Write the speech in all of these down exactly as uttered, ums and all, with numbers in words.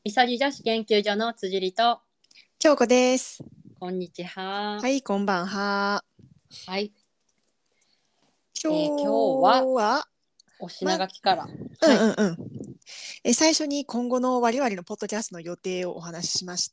いさぎ女子研究所の辻里と京子です。 こんにちは。 はい、こんばんは。 はい、 今日えー、今日はは、 お品ま、 書きからうんはい、 うんうん。え、最初に今後の我々のポッドキャストの予定をお話ししまして、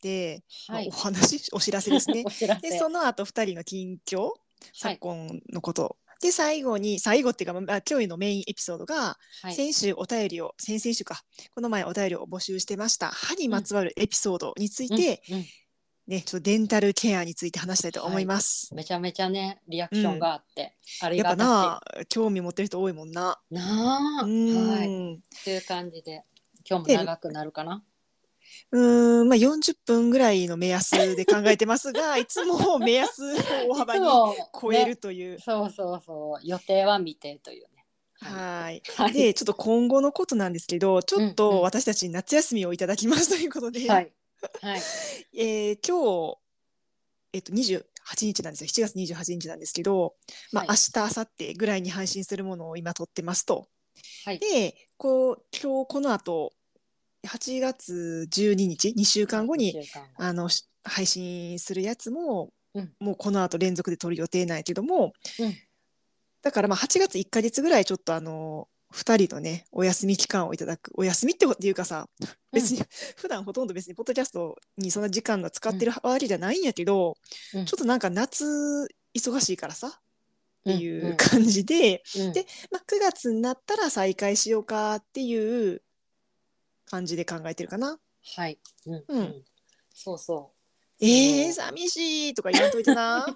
まあ、おはい、 話、お知らせですね。 お知らで、 せ。 その後二人の近況、 はい、 昨今のこと。で、最後に、最後っていうか、まあ、今日のメインエピソードが、 はい、 先週お便りを、先々週か、この前お便りを募集してました、歯にうん、 まつわるエピソードについうん、 て、 うん、 ね、ちょっとデンタルケアについて話したいと思はい。 います。 めちゃめちゃね、リアクションうん。 があってありやっぱがたし。 な、興味持ってる人多いもんな。うなあ、はい。 ーん。 という感じで、今日もで、 長くなるかな。 うーん、まあ、よんじゅっぷんぐらいの目安で考えてますが、いつも目安を大いつ幅にも超えるね、 という。 そうそうそう、予定は未定というね。はい、 はい。 はい、 で、ちょっと今後のことなんですけど、ちょっうん、うん、 と私たちに夏休みをいただきますということで、 はい、はい、 えー今日、えっと、にじゅうはちにちなんですよ。しちがつにじゅうはちにちなんですけど、まあ、明はい、 日、明後日ぐらいに配信するものを今撮ってますと。 はい、 で、こう、今日この後、はちがつじゅうににち、にしゅうかはい、2 んごに週間後。 あの配信するやつも、 うん、 もうこの後連続で撮る予定ないけども、 うん、 だからまあはちがついっかげつぐらいちょっとあのふたりのねお休み期間をいただく。お休みっていうかさ、 うん、 別に普段ほとんど別にポッドキャストにそんな時間が使うん、 ってるわけじゃないんやけど、 うん、 ちょっとなんか夏忙しいからさってうん、 いううん、 感じで、 うん。 で、まあ、くがつになったら再開しようかっていう感じで考えてるかな。 はい。うん、 うん。 うん。そうそう。 えー、 そ寂しいとか言わんといてな。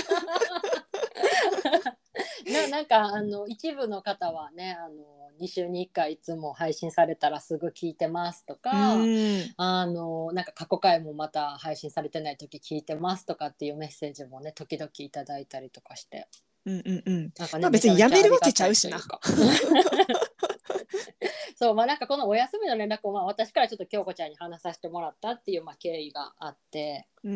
う。な、なんか、あの、一部の方はね、あの、に週にいっかいいつも配信されたらすぐ聞いてますとうか、 ーん。 あの、なんか過去回もまた配信されてない時聞いてますとかっていうメッセージもね、時々いただいたりとかして、 うんうんうん。 なんかね、 まあめちゃめちゃ別にやめるわありがたけちゃうしな。 いというか。そう、まあなんかこのお休みの連絡を、まあ、私からちょっと京子ちゃんに話させてもらったっていう、まあ、経緯があって、 うん。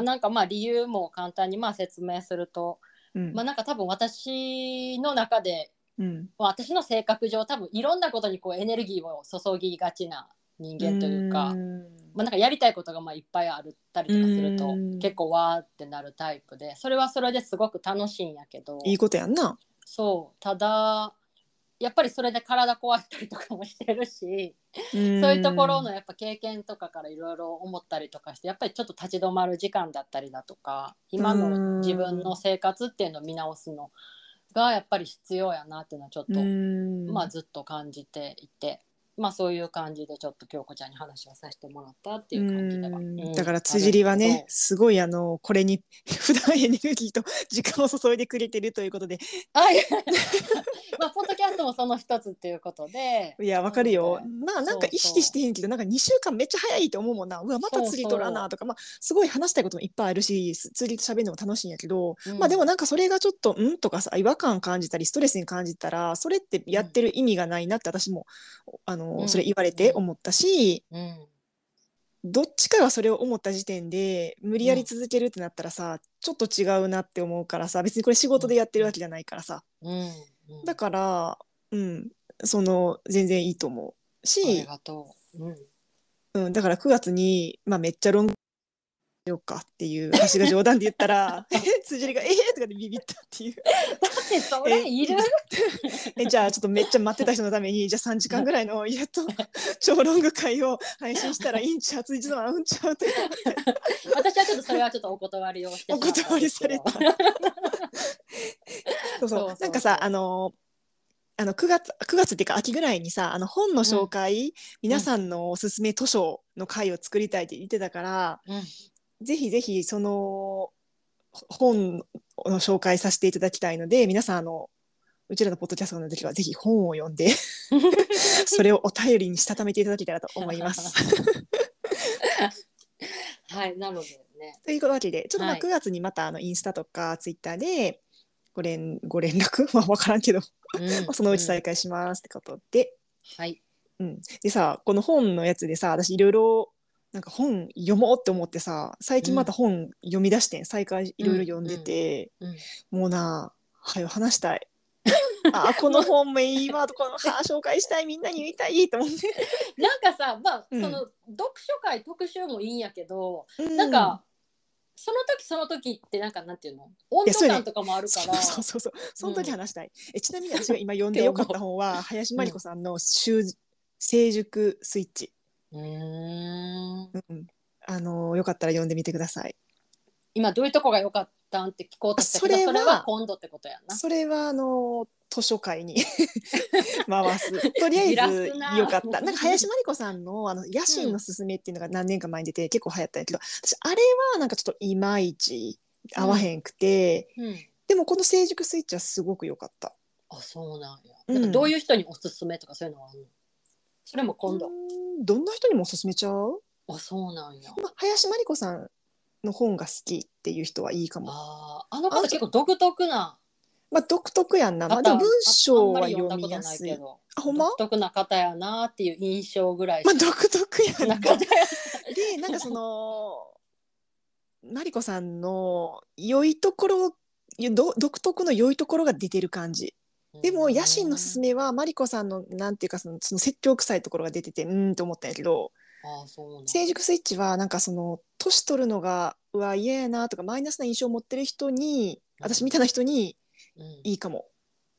まあなんかまあ理由も簡単にまあ説明すると、 うん。 まあなんか多分私の中で、 うん。 まあ私の性格上多分いろんなことにこうエネルギーを注ぎがちな人う間というか、 ーん。 まあなんかやりたいことがまあいっぱいあるったりうとかするとーん。 結構わーってなるタイプで、それはそれですごく楽しいんやけど、 いいことやんな。 そうただやっぱりそれで体壊したりとかもしてるし、 うそういうところーん。 のやっぱ経験とかからいろいろ思ったりとかして、やっぱりちょっと立ち止まる時間だったりだとか、 う今の自分のーん。 生活っていうのを見直すのがやっぱり必要やなっていうのはちょっうと、 ーん。 まあずっと感じていて、まあそういう感じでちょっと京子ちゃんに話をさせてもらったってういう感じでは、 ーん。だうん、 からあるんや辻りはね、 けど、 すごいあの、これに普段エネルギーと時間を注いでくれてるということで、 あ、いやまあポッドキャストもその一つっていうことで、 いや、わなかるよ。 ので、 まあ、なんかそう意識しそう、 てへんけど、なんかにしゅうかんめっちゃ早いと思うもんな。うわ、またそう釣り取らなそとか、まあ、すごい話したいこともいっぱいあるし、す釣りと喋るのも楽しいんやけど、 う、うまあでもん、 なんかそれがちょっと、んとかさ、違和感感じたり、ストレスに感じたら、それってうん、 やってる意味がないなって私も、あの、それうん、 言われうん、 て思ったし、 うん、 どっちかがそれを思った時点で、無理やりうん、 続けるってなったらさ、ちょっと違うなって思うからさ、別にこれ仕事でうん、 やってるわけじゃないからさ。 うん、うん、 だから、うん、その、全然いいと思うありし、 がとう。うん。 うん、だからくがつに、まあ、めっちゃロングしようかっていう、私が冗談で言ったら、辻りが、えーとかでビビったっていう。 だってそえれいる？ えじゃあちょっとめっちゃ待ってた人のために、じゃあさんじかんぐらいの、やっと超ロング回を配信したらいいんちゃう、辻の合うんちゃうとか思って、 私はちょっとそれはちょっとお断りをしておしまったん断りですけど。 された。そうそう。 そうなんかさ、 そうそあのあのくがつ、くがつっていうか秋ぐらいにさ、あの本のう。うん、 紹介、 うん、 皆さんのおすすめ図書の会を作りたいって言ってたから、 うん。 ぜひぜひその本を紹介させていただきたいので、皆さんあのうちらのポッドキャストの時はぜひ本を読んでそれをお便りにしたためていただけたらと思います。 はい、なのでね。 というわけで、ちょっとまあはい。 くがつにまたあのインスタとかツイッターでご連ご連絡まあ分からんけどうん、 そのうちうん。 再開しますってことで、 はい。 うん、でさ、この本のやつでさ、私いろいろなんか本読もうって思ってさ、最近またうん、 本読み出してん、再開いろいろうん、 読んでうん、 て、 うん。 もうな、はよ話したい。 あこの本もいいわとこのは紹介したいみんなに言いたいと思って。 なんかさ、まあ、 うんその読書会特集もいいんやけど、 うんなんかその時その時ってなんかなんていうの、温度感とかもあるから、 そうそうそうその時話したい、うん、えちなみに私が今読んででよかった本は林真理子さんの習成熟スイッチ。 うーん、 うん、あのよかったら読んでみてください。 今どういうとこが良かったんって聞こうとしたけど、それは今度ってことやな。 それはあの図書館に回す。とりあえずなよかった。なんか林真理子さんのあの野心のすすめっていうのが何年か前に出て結構流行ったんやけど、私あれはなんかちょっといまいち合わへんくて、 うんうん、 でもこの成熟スイッチはすごく良かった。 あ、そうなんや。 うん、 なんかどういう人におすすめとかそういうのはあるの？それも今度。 どんな人にもおすすめちゃう？ あ、そうなんや。 まあ、林真理子さんの本が好きっていう人はいいかも。 ああの方結構独特な。 まあ独特やんな。まあでも文章は読みやすい。 あ、ほんま？独特な方やなっていう印象ぐらい。 まあ独特やんな。 なで、なんかそのマリコさんの良いところ、独特の良いところが出てる感じ。でも野心のすすめはマリコさんのなんていうかその、その説教臭いところが出ててうーんと思ったんやけど、 あ、そうなん。 成熟スイッチはなんかその年取るのがうわ嫌やなとかマイナスな印象を持ってる人に、私みたいな人にいいかも。うん、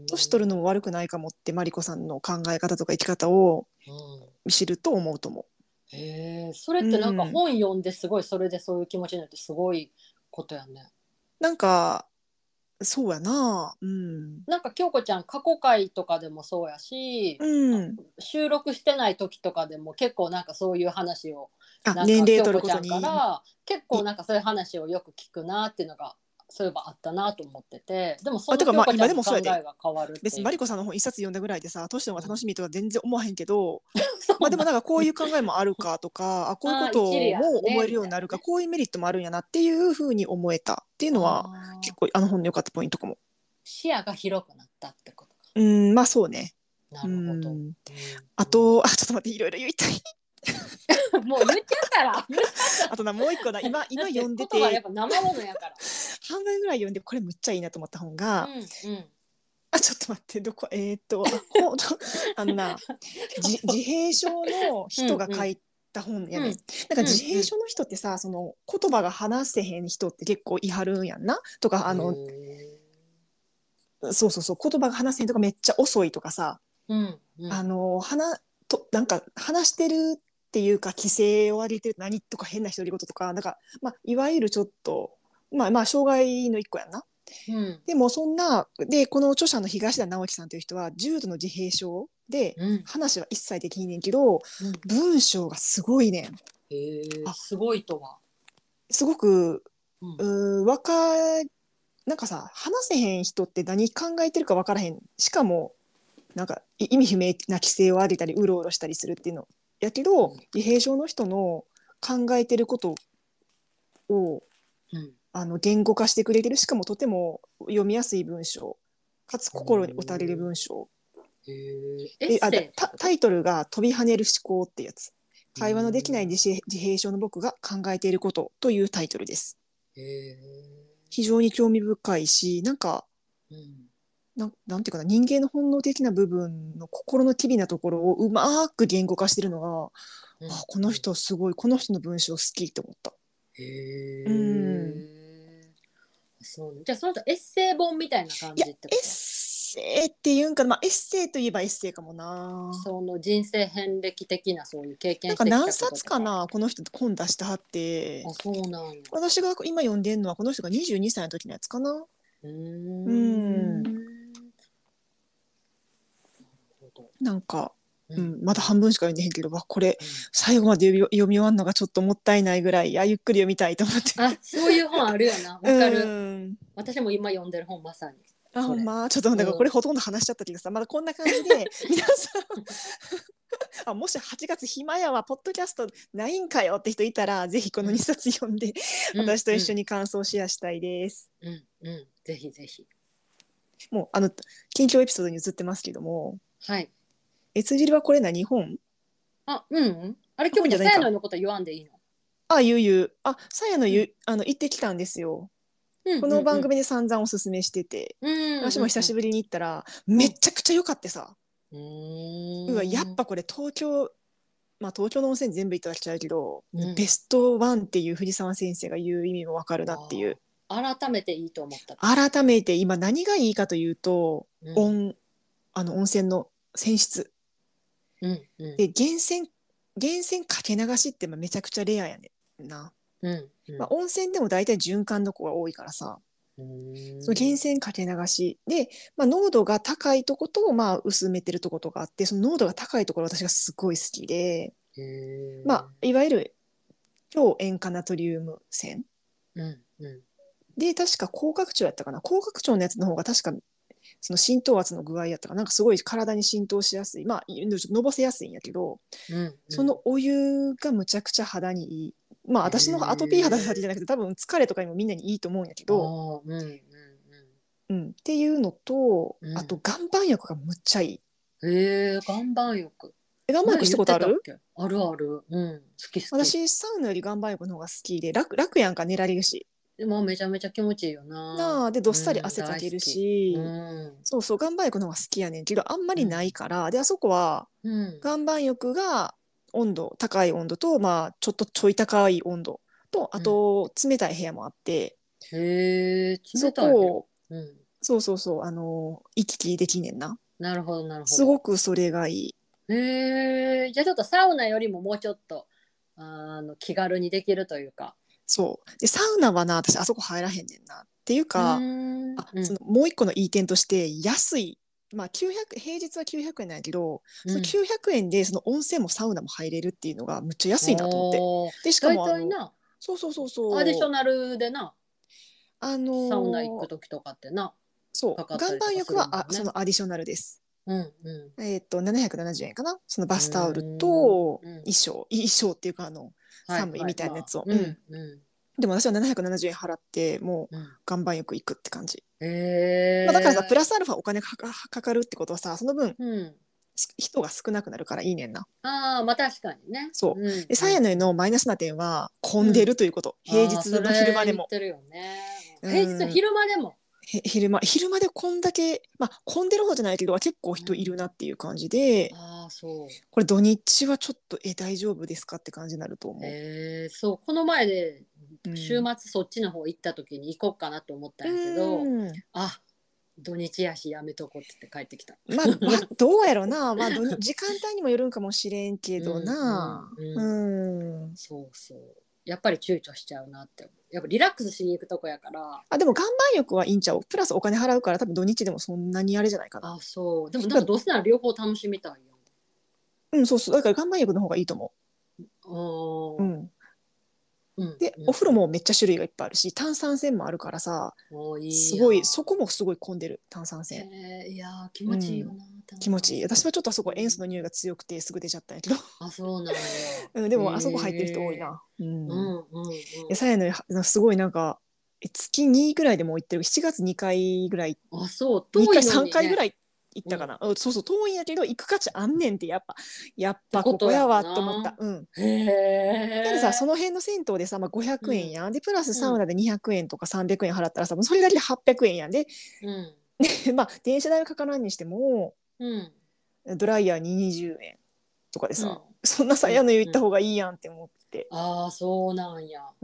年取るのも悪くないかもってマリコさんの考え方とか生き方を知ると思うと思う。 へえ、それってなんか本読んですごいそれでそういう気持ちになってすごいことやね。 なんかそうやな、うん、 なんか京子ちゃん過去回とかでもそうやし、うん、収録してない時とかでも結構なんかそういう話をなんか年齢取ることに京子ちゃんから結構なんかそういう話をよく聞くなっていうのがそういえばあったなと思ってて、でもその京子ちゃんの考えが変わるっていう。 別にマリコさんの本一冊読んだぐらいでさ年の方が楽しみとか全然思わへんけど、まあでもなんかこういう考えもあるかとかあこういうことも思えるようになるか、こういうメリットもあるんやなっていうふうに思えたっていうのは結構あの本の良かったポイントかも。 視野が広くなったってことか。 うんまあそうね。 なるほど。 あとあちょっと待っていろいろ言いたいもう言っちゃったらあとなもう一個だ今今読んでて言葉やっぱ生ものやから半分ぐらい読んでこれむっちゃいいなと思った本が、うんうん、あちょっと待ってどこえー、っとあほあのな自閉症の人が書いた本やね、うんうん、なんか自閉症の人ってさ、その言葉が話せへん人って結構いはるんやんなとかあのそうそうそう言葉が話せへんとかめっちゃ遅いとかさ、うんうん、あの話となんか話してるっていうか規制を上げてる何とか変な独り言とかなんか、まあ、いわゆるちょっとまあまあ障害の一個やんな、うん、でもそんなでこの著者の東田直樹さんという人は重度の自閉症で、うん、話は一切できんねんけど、うん、文章がすごいねん。 へー、すごいとはすごく、うん、うわかなんかさ話せへん人って何考えてるか分からへん、しかもなんか意味不明な規制を上げたりうろうろしたりするっていうのやけど、うん、自閉症の人の考えてることを、うん、あの言語化してくれてる、しかもとても読みやすい文章かつ心に打たれる文章、えあタタイトルが飛び跳ねる思考ってやつ、会話のできない自閉症の僕が考えていることというタイトルです。へ非常に興味深いしなんか、うん、な, なんていうかな人間の本能的な部分の心の機微なところをうまく言語化してるのが、うん、あこの人すごいこの人の文章好きと思った。へえ、うん、 そうね、じゃあその人エッセイ本みたいな感じってこと？ エッセイっていうんかな、まあ、エッセイといえばエッセイかもな。 その人生遍歴的なそういう経験してきたこととか。なんか何冊かなこの人本出してはって。 あそうなんや。 私が今読んでるのはこの人がにじゅうにさいの時のやつかな。うーんうんなんか、うん、まだ半分しか読んでへんけど、わこれ、うん、最後まで読み、読み終わるのがちょっともったいないぐらい、あゆっくり読みたいと思って。 あそういう本あるよな、わかる、うん、私も今読んでる本まさに。 あほんまちょっとだからこれほとんど話しちゃったけどさ、まだこんな感じで皆さんあもしはちがつ暇やわポッドキャストないんかよって人いたらぜひこのにさつ読んで、うん、私と一緒に感想をシェアしたいです。 うんうん、ぜひぜひ。 もうあの近況エピソードに移ってますけども、 はい。 えつ汁はこれ何本？ あうん、あれ今日じゃさやののこと言わんでいいの？ あ言う言うあさやの言う、うん、あの行ってきたんですよ。 この番組で散々おすすめしてて、 うんうんうん、 私も久しぶりに行ったらめちゃくちゃ良かってさ、 ううわやっん、 ぱこれ東京、まあ東京の温泉全部行ったら来ちゃうけど、 うん、 ベストワンっていう藤沢先生が言う意味もわかるなっていう。 あ改めていいと思った。 改めて今何がいいかというと、 うん、 温あの温泉の泉質うんうんで、源泉源泉かけ流しってめちゃくちゃレアやねんな。 うんうん、 まあ、温泉でも大体循環の子が多いからさ、 うーん、 その源泉かけ流しで、まあ、濃度が高いとことまあ薄めてるとことがあって、その濃度が高いところ私がすごい好きで、 へまあ、いわゆる超塩化ナトリウム泉うんうんで、確か高角腸やったかな、高角腸のやつの方が確かその浸透圧の具合やったかなんかすごい体に浸透しやすい、まあのぼせやすいんやけど、 うんそのお湯がむちゃくちゃ肌にいい。まあ私のアトピー肌だけじゃなくて多分疲れとかにもみんなにいいと思うんやけあど、 ーうんうんうん、っていうのと、 うん、 あと岩盤浴がむっちゃいい。 へえ、岩盤浴。 え岩盤浴した前言っことある？ てたっけ？あるある。うん。好き好き。 私サウナより岩盤浴の方が好きで、楽楽やんか、寝られるし。 でもめちゃめちゃ気持ちいいよな。 なあでどっさりうん、 汗かける大好き。うし、 ん。 そうそう岩盤浴の方が好きやねんけどあんまりなうん。 いから、であそこはうん。 岩盤浴が温度高い温度と、まあちょっとちょい高い温度と、あうん。 と冷たい部屋もあって、 へえ、冷そたい部屋。 こをうん。 そうそうそう、あの行き来できねんな。 なるほど、なるほすど。 ごくそれがいい。 へえ、じゃあちょっとサウナよりももうちょっと、あの、気軽にできるというか。 そうでサウナはな私あそこ入らへんねんなっていううーか、 ん。 あそうん。 のもう一個のいい点として安い。まあ、きゅうひゃく平日はきゅうひゃくえんなんやけど、そのうん。 きゅうひゃくえんでその温泉もサウナも入れるっていうのがむっちゃ安いなと思って。 おー、 でしかだいもあのたいな、 そうそうそうアディショそうナルでな、 あのサウナ行くー時とかってな、かかったそう岩りとかする盤浴はあもんね。 そのアディショナルです。 うんうえっとななひゃくななじゅうえんかな、そのバん。うスタオルーん。 とうん。 衣装衣装っていうかあの寒いみはいはい。まあ、 たいなやつを、 ううん、 んうでも私はななひゃくななじゅうえん払ってもうん。うん。 岩盤浴行くって感じ。 へまあ、だからさプラえ。 スアルファお金かか、かかるってことはさその分うん。 人が少なくなるからいいねんな。 ああ、まあ確かにね。 そううんでサうんうん。 イヤのマイナスな点は混んでうん。 るということ、平ああ、そ日の昼間れでも。 言ってるよね。 う平日のん昼間でも。 へ昼間昼間でこんだけ、まあ、混んでる方じゃないけど結構人いるうん。 なっていう感じで、 ああ、そこれ土日はちょっとえ大丈夫ですかって感じになるとう。 思へえ、そう。この前で、 う。う週ん、 末そっちの方行った時に行こうかなと思ったうんやけど、 ーんあ、土日やしやめとこうって言って帰ってきた。 まあ、まあ、どうやろな、まあ、土日時間帯にもよるんかもしれんけどうんうんな。ううん。 ん。 そうそう。やっぱり躊躇しちゃうなって思う。やっぱリラックスしに行くとこやから。 あ、でも岩盤浴はいいんちゃう。プラスお金払うから多分土日でもそんなにあれじゃないかな。 あ、そう。でもなんかだどうせなら両方楽しみたいよ。 うん、そうそう。だから岩盤浴の方がいいと思う。うおー、 ん。 うんで、お風呂うんうん。 もめっちゃ種類がいっぱいあるし、炭酸泉もあるからさ、 おー、いいやすごい、そこもすごい混んでる、炭酸ん。 泉。 へえ、いやー気うん。 持ちいいよな、炭気持ちいい。 酸泉。 私はちょっとあそこ塩素うん、 の匂いが強くてすぐ出ちゃったんやけど。 あ、そうなんや。 うん、でもあそこ入ってる人多いへえ。 な。うん。 うんうんえ、さやのすごいなんか、え月にぐらいでも行ってる。しちがつにかいぐらい、 うん。あ、そう。遠 2回、 いの 3 にね。 回ぐらい行ったかな。 うん。っうん、そうそう、遠いんやけど、行く価値あんねんって、やっぱ、やっぱここてことややわと思った。 んな。 うん。 へだってさ、そえ。 の辺の銭湯でさ、まあ、500 うん。 円やん。で、プラスサうん。 ウナでにひゃくえんとかさんびゃくえん払ったらさ、もうそれだけではっぴゃくえんやん。で、 うん。 まあ、電車代はかからんにしても、 うん。 ドライヤーににじゅうえんとかでさ、 うん。 そんなさ、 うん。 やの湯行っうん。 た方がいいやんって思って。 ああ、そうなんや。 うん。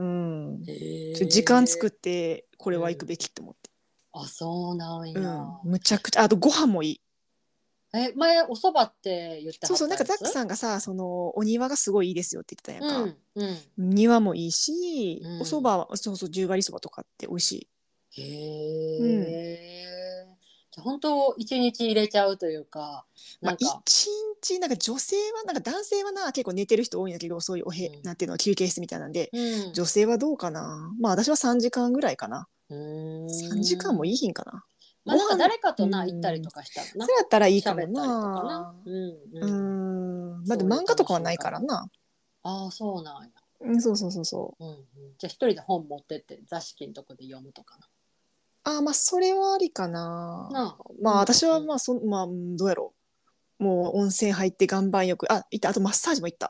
へちょ時間作っえ。 て、これうん。 は行くべきって思って。 あ、そうなんや。 うん。むちゃくちゃ、あとご飯もいい。 え、前お蕎麦って言ってはそうそう、なんかザッったやつ？ クさんがさ、その、お庭がすごいいいですよって言ってたやんか。 うんうん庭もいいし、お蕎麦うん。 は、そうそう、十割蕎麦とかって美味しい。 へうん。 え。じゃあ本当一日入れちゃうというか、 まあ、一なんか、 日、なんか女性は、なんか男性はな、結構寝てる人多いんだけど、そういうおへ、 うんなんていうの、休憩室みたいなんで、 うん女性はどうかな。まあ、私はさんじかんぐらいかな。 うさんじかんもーん。 いいひんかな。 まあなんかご飯、 誰かうとな行ったりん、 とかしたらそれな、 やったらいいかも喋ったりとかな。 な。 うんううん。 ん。まあ、でも漫画とそういう楽かはないしみ方。 からな。 ああ、そうなんや。 うん、そうそうそうそう。 うんうん。じゃあ一人で本持ってって座敷のとこで読むとかああ、まあ、それはありかな。 な。なあ。 まあ、 うん私は、 うん。 まあ、そ、まあ、うんどうやろう。もう温泉入って岩盤浴、あ、行った、あとマッサージも行った。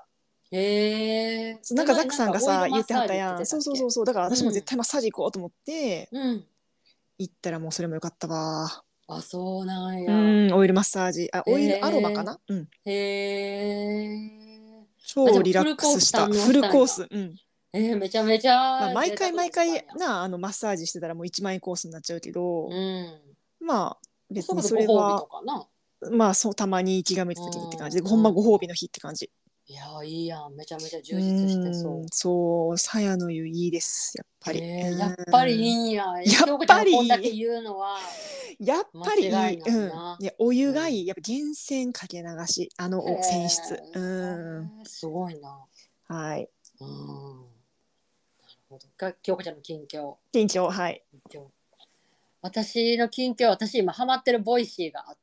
へえ。 そうなんかザックさんがさ言ってはったオイルやん。そうマッサージって言ってたっけ？ そうそうそう。だから私も絶対マッサージ行こうと思ってうん。 行ったらもうそれもよかったわ。 あ、そうなんうや。 ん、オイルマッサージ。あ、 へオイルアロマかえ。 な。うん。 へえ。あ、じゃあもう超リラッフルコークスした。 ス堪能フしたんや。 ルコース。うん。 えー、めちゃめちまあ、毎ゃ贅沢な回毎時間や。 回な、あの、マッサージしてたらもういちまん円コースになっちゃうけど、 うん。 まあ、別にそれこそご褒美それは、 とかな。 まあ、そう、たまに気が向いた時にって感じで、 うんほんまご褒美うん。 の日って感じ。 いやー、いいやん。めちゃめちゃう充実してーん、 そそう、鞘の湯いいです、やっう。 ぱり。 えー、やっぱりいうん。 いんや。 やっ京子ちゃんぱがこんだけりいい。 言うのはやっ間ぱりいい。 違いないうん。 な。 いや、お湯うん。 がいい。やっぱ源泉かけ流し。あへの泉質。うん。 え、すごいな。 はい。 うん。なるほど。が京子ちゃんの近況。 緊張、はい。 近況。私の近況、私今ハマってるボイシーがあって、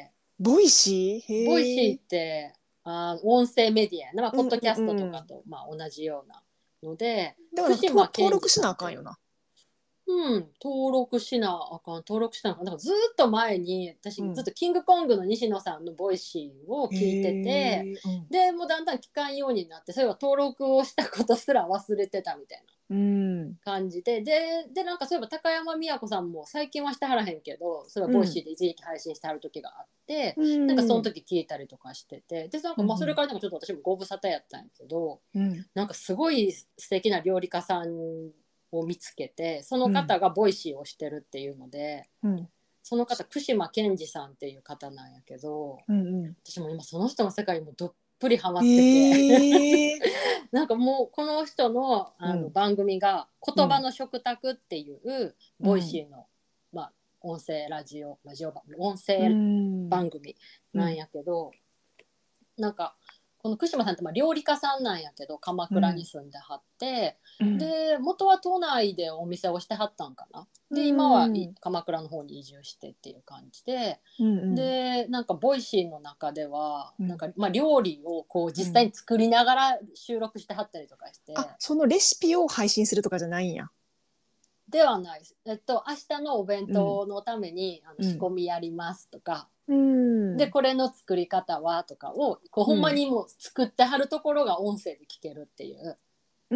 ボイシーボイシーっへえ。 てあ音声メディアやな、まあ、 うんうんポッドキャストとうん。 かと、まあ、同じようなので、 だからなんかと福島登録し健二さんっていう、 なあかんよな。 うん、登録しなあかん、登録しなあかん。だからずっと前に、私ずっうん。 とキングコングの西野さんのボイシーをへ聞いてて、 え。うん。 で、もうだんだん聞かんようになって、それは登録をしたことすら忘れてたみたいな。 うん。 感じで、で、で、なんかそういえば高山美和子さんも最近はしてはらへんけど、それはうん。 ボイシーで一時期配信してはる時があって、 うなんかそのん。 時聞いたりとかしてて、で、なんかまあそれうん。 からなんかちょっと私もご無沙汰やったんやけど、 うん。 なんかすごい素敵な料理家さんを見つけて、そのうん。 方がボイシーをしてるっていうので、 うん。 その方、串間健二さんっていう方なんやけど、 うん。 私も今その人の世界にもどっぷりハマってて、 へえ。 なんかもうこの人の、あのうん。 番組がうん。 言葉の食卓っていうボイうん。 シーの、まあ、音声ラジオラジオ音う声ん。 番組なんうん。 やけど、なんかこの串間さんってまあ料理家さんなんやけど鎌倉にうん。 住んではって、 うん。 で元は都内でお店をしてはったんかな。 うで今はん。 鎌倉の方に移住してっていう感じで、 うん。 でなんかボイシーの中ではうん。 なんか、まあ、料理をこううん。 実際に作りながら収録してはったりとかしあ、 て。 そのレシピを配信するとかじゃないんや。 ではないです。えっと、明日のお弁うん。 当のためにあのうん。 仕込みやりますとか、 うん。 で、これの作り方はとかを、こうほんまうん。 にもう作ってはるところが音声で聞けるっていう。 うん。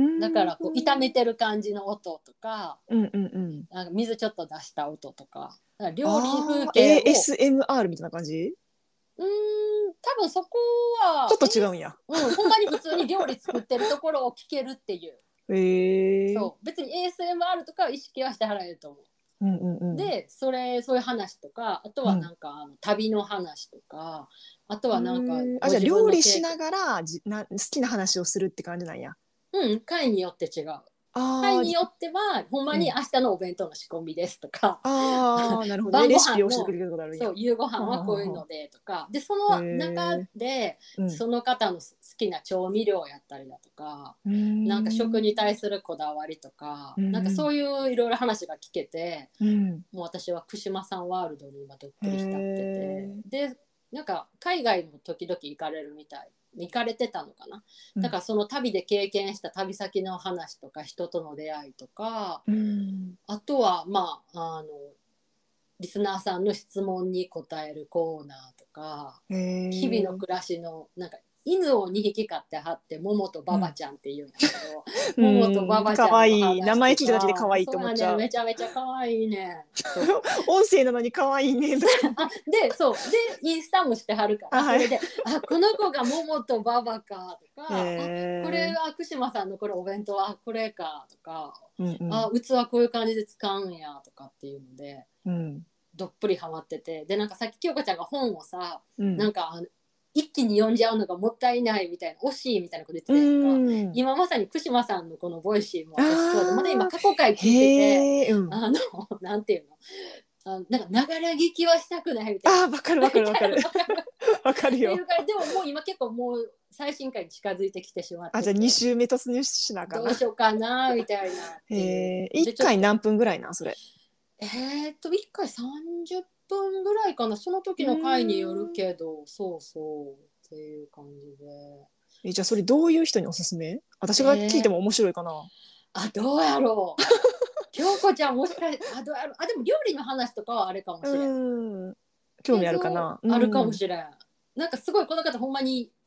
だからこう炒めてる感じの音とか、 うん。うん。うん。 なんか水ちょっと出した音とか、だから料理風ああ、 景を、 エーエスエムアール みたいな感じ。 うーん、多分そこは、 ちょっとえ違うんや。 ーうん、ほんまに普通に料理作ってるところを聞けるっていう。 へえ。 そう、別に エーエスエムアール とかは意識はしてはられると思う。 うんうんうん。 でそれそういう話とか、あとはなんかあの旅の話とか、あとうはなんかん。あ、じゃあご自分料理しの経験、 ながらじな好きな話をするって感じなんや。 うん、回によって違う。回ああ、じによってはほんまうん。 に明日のお弁当の仕込みですとか、 ああ、なるほどね。 晩ごレシピ飯のを教えてくれることあるんや。 そう夕ごは飯はははは。 こういうのでとかで、そへの中え。 でうん。 その方の好きな調味料やったりだとか、 うーなんか食に対ん。 するこだわりとか、 うんうん。 なんかそういういろいろ話が聞けて、 うん。 もう私は串間さんワールドに今どっへぷり浸ってて、 え。 でなんか海外も時々行かれるみたい、行かれてたのかな。 うん。 だからその旅で経験した旅先の話とか人との出会いとか、 うん。 あとはまああのリスナーさんの質問に答えるコーナーとか、 へ日々のえ。 暮らしのなんか犬をにひき飼ってはってももとばばうん。 ちゃんっていうんやけど、 うももとばーん、 ばちゃんの可愛い。名話と前聞いただけで可か、 愛いってそうやね、 思っちゃう。 めちゃめちゃ可愛いね。そう音声なのに可愛いねとか。 あでそうでインスタもしてはるかあ、はい。 ら、それであこの子がももとばばかとへか、あこれえ。 は福島さんのこれお弁当はこれかとか、 うんうん。 あ器こういう感じで使うんやとかっていうのでうん。 どっぷりハマってて、でなんかさっき京子ちゃんが本をさ、 うん。 なんかあの一気に読んじゃうのがもったいないみたいな惜しいみたいなこと言ってうたやんか。 ーん。 今まさに福島さんのこのボイシーも私そうで、まだ今ああ、 過去回聞いてて、 へえ、うん。 あのなんていうの、あなんかながら聞きはしたくないみたいな。 ああ、わかるわかるわかる。 わかるわかるよ。 っていうか、でももう今結構もう最新回に近づいてきてしまっあ、じゃあにてて、 週目突入しなあかんな。 どうしようかなみたいなっていう。 へえ、 でちょっと一回何分ぐらいなんそれ。 えー、っといっかいさんじゅっぷんぐらいかな、そのう時の回によるーん。 けど、そうそうっていう感じで。 え、じゃあそれどういう人におすすめ？私が聞いてえー、 も面白いかな。 あどうやろう、京子ちゃんもしかしてあどうやろう、あでも料理の話とかはあれかもうしれんーん。興味あるかけど、 な。うあるかもん。 しれん。なんかすごいこの方ほんまに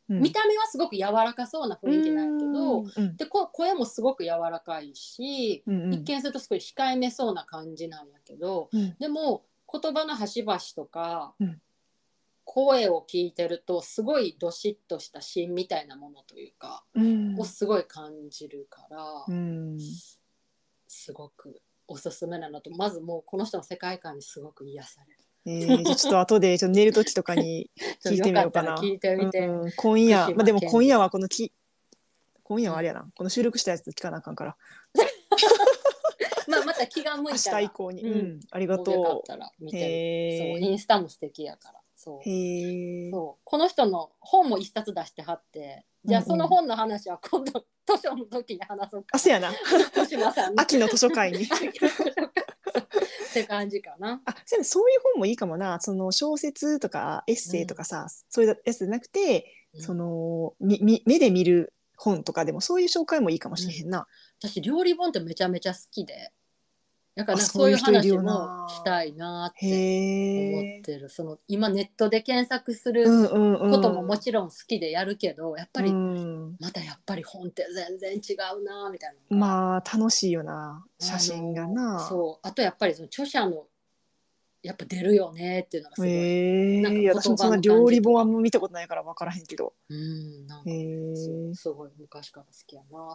うん見た目はすごく柔らかそうな雰囲気なんやけど、 うんでこ声もすごく柔らかいし、 うんうん一見するとすごい控えめそうな感じなんやけど、 うんでも言葉の端々とか、 うん声を聞いてるとすごいどしっとした芯みたいなものというかうんをすごい感じるから、 うんすごくおすすめなのと、まずもうこの人の世界観にすごく癒される。 えー、じゃあちょっと後でちょっと寝る時とかに聞いてみようかな。 よかったら聞いてみて。 うん、今夜、 福島まあでも今夜は健このき今夜はあれやな、この収録したやつ聞かなあかんからまあまた気が向明いたら日以降に、 ううんん、ありがもうよかっとたら見う。 てみて。そうへインスタも素敵やからそうへえ。 そうこの人の本も一冊出してはって、じゃあその本の話は今度図書の時に話そうかあ、そうやな。 福島さんに秋の図書館に。 秋の図書館って感じかな。 あ、そうやね、そういう本もいいかもな。その小説とかエッセイとかさ、そういうやつじゃなくて、 うんそのみみ目で見る本とかでもそういう紹介もいいかもしれへんな。 私料理本ってめちゃめちゃ好きで、だからあ、 なんかそういうそういう話人いるよもしたな。 いなって思っへえ。 てる。その今ネットで検索するうんうんこともうん。 もちろん好きでやるけど、やっぱうりん。 またやっぱり本って全然違うなみたいなのが、 まあ楽しいよな。写あ真がのな。 そうあとやっぱりその著者のやっぱ出るよねっていうのがすごい、なんかへえ。いや私もそんな言葉の感料理じとか、 本は見たことないから分からへんけど。 うんなんへかそうえ。 すごい昔から好きやなと思って、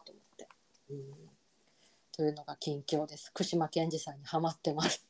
うん、というのが近況です。福島健二さんにハマってます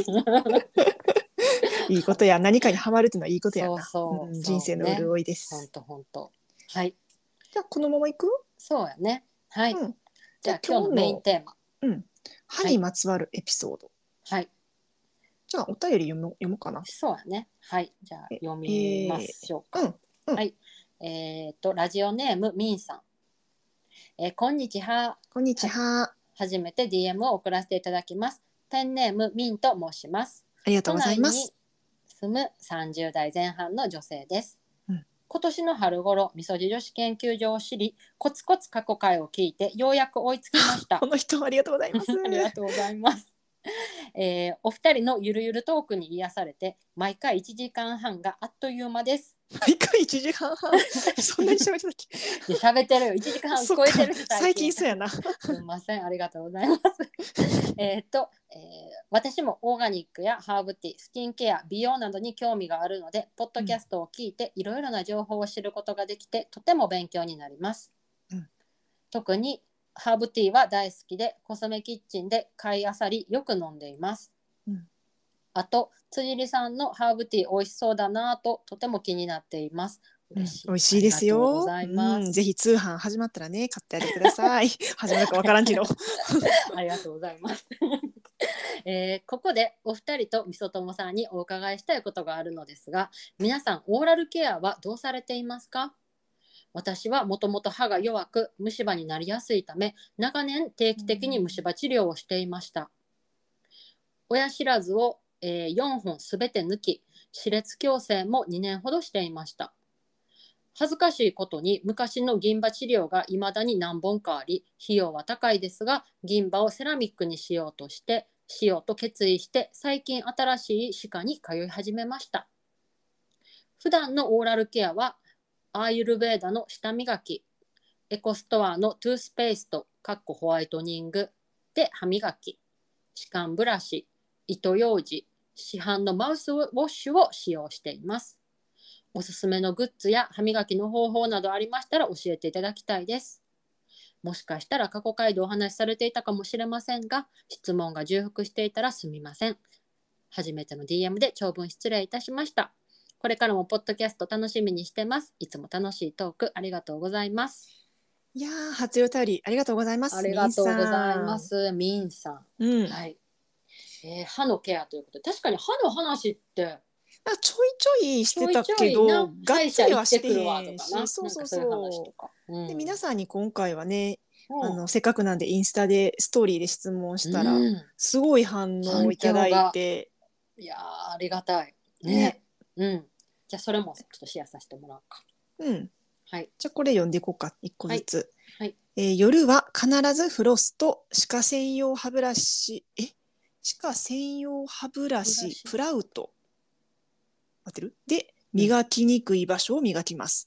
いいことや。何かにハマるっていうのはいいことやそうな。 そう、 うん、 そう人生のね。 潤いでほんす。 とほんと。はい。 じゃあこのままいく？ そうやね。はい。 うん。じゃあじゃあ今日のメイン今日の、 テーマ。 うん、歯にまつわるエピソード。 はい。 じゃあお便り読も読もうかな。 そうやね。はい。じゃあえ読みましょうか。 えーうんうん、 はい。えっ、と、ラジオネームみんさん。えーこんにちは。 こんにちは。 初めて ディーエム を送らせていただきます。ペンネームみんと申します。 ありがとう都ございます。 内に住むさんじゅう代前半の女性です。 うん今年の春頃、みそじ女子研究所を知り、コツコツ過去回を聞いて、ようやく追いつきました。 この人ありがとうございます。 ありがとうございます。えーお二人のゆるゆるトークに癒されて、毎回いちじかんはんがあっという間です。 毎回いちじかんはん。そんなに喋ってたっけ？ いや喋ってるよ。いちじかんはん超えてるし、 最近そうやな。 すみません、ありがとうございます。えっと、えー私もオーガニックやハーブティー、スキンケア、美容などに興味があるので、ポッドキャストを聞いていろいろな情報を知ることができて、とても勉強になります。 うん、 特にハーブティーは大好きで、コスメキッチンで買いあさりよく飲んでいます。 うん、 あと、辻里さんのハーブティー美味しそうだなぁととても気になっています。嬉しい。 美味しいですありがとうごよ。 ざいます。 うん、ぜひ通販始まったらね、買ってあげてください。始まるかわからんけど。 ありがとうございます。えーここでお二人とみそともさんにお伺いしたいことがあるのですが、皆さんオーラルケアはどうされていますか？私はもともと歯が弱く虫歯になりやすいため、長年定期的に虫歯治療をしていました。親知らずを、えーよんほんすべて抜き、歯列矯正もにねんほどしていました。恥ずかしいことに昔の銀歯治療が未だに何本かあり、費用は高いですが、銀歯をセラミックにしようとしてしようと決意して、最近新しい歯科に通い始めました。普段のオーラルケアはアーユルヴェーダの舌磨き、エコストアのトゥースペースト（ホワイトニング）で歯磨き、歯間ブラシ、糸ようじ、市販のマウスウォッシュを使用しています。おすすめのグッズや歯磨きの方法などありましたら教えていただきたいです。もしかしたら過去回でお話しされていたかもしれませんが、質問が重複していたらすみません。初めての ディーエム で長文失礼いたしました。これからもポッドキャスト楽しみにしてます。いつも楽しいトークありがとうございます。 いやー、初お便りありがとうございます。 ありがとうございます。ミンさん。 うん、 はい。えー歯のケアということで、確かに歯の話ってあ、ちょいちょいしてたちょいけど、 ちょいな、 がっつりはして歯医者行ってくるわとへんし、 かな、 そうそうなんかそういう話そとか。 う。 うん、 で、皆さんに今回はね、 うんあのせっかくなんでインスタでストーリーで質問したら、 うんすごい反応をいただいて、 いやーありがたいね。 ね、 うん。じゃあそれもちょっとシェアさせてもらおうか。 うん。 はい。 じゃあこれ読んでいこうか、一個ずつ。 はいはいえー夜は必ずフロスと歯科専用歯ブラシ、え歯科専用歯ブラシ、 ブラシプラウト。合ってる？で、磨きにくい場所を磨きます。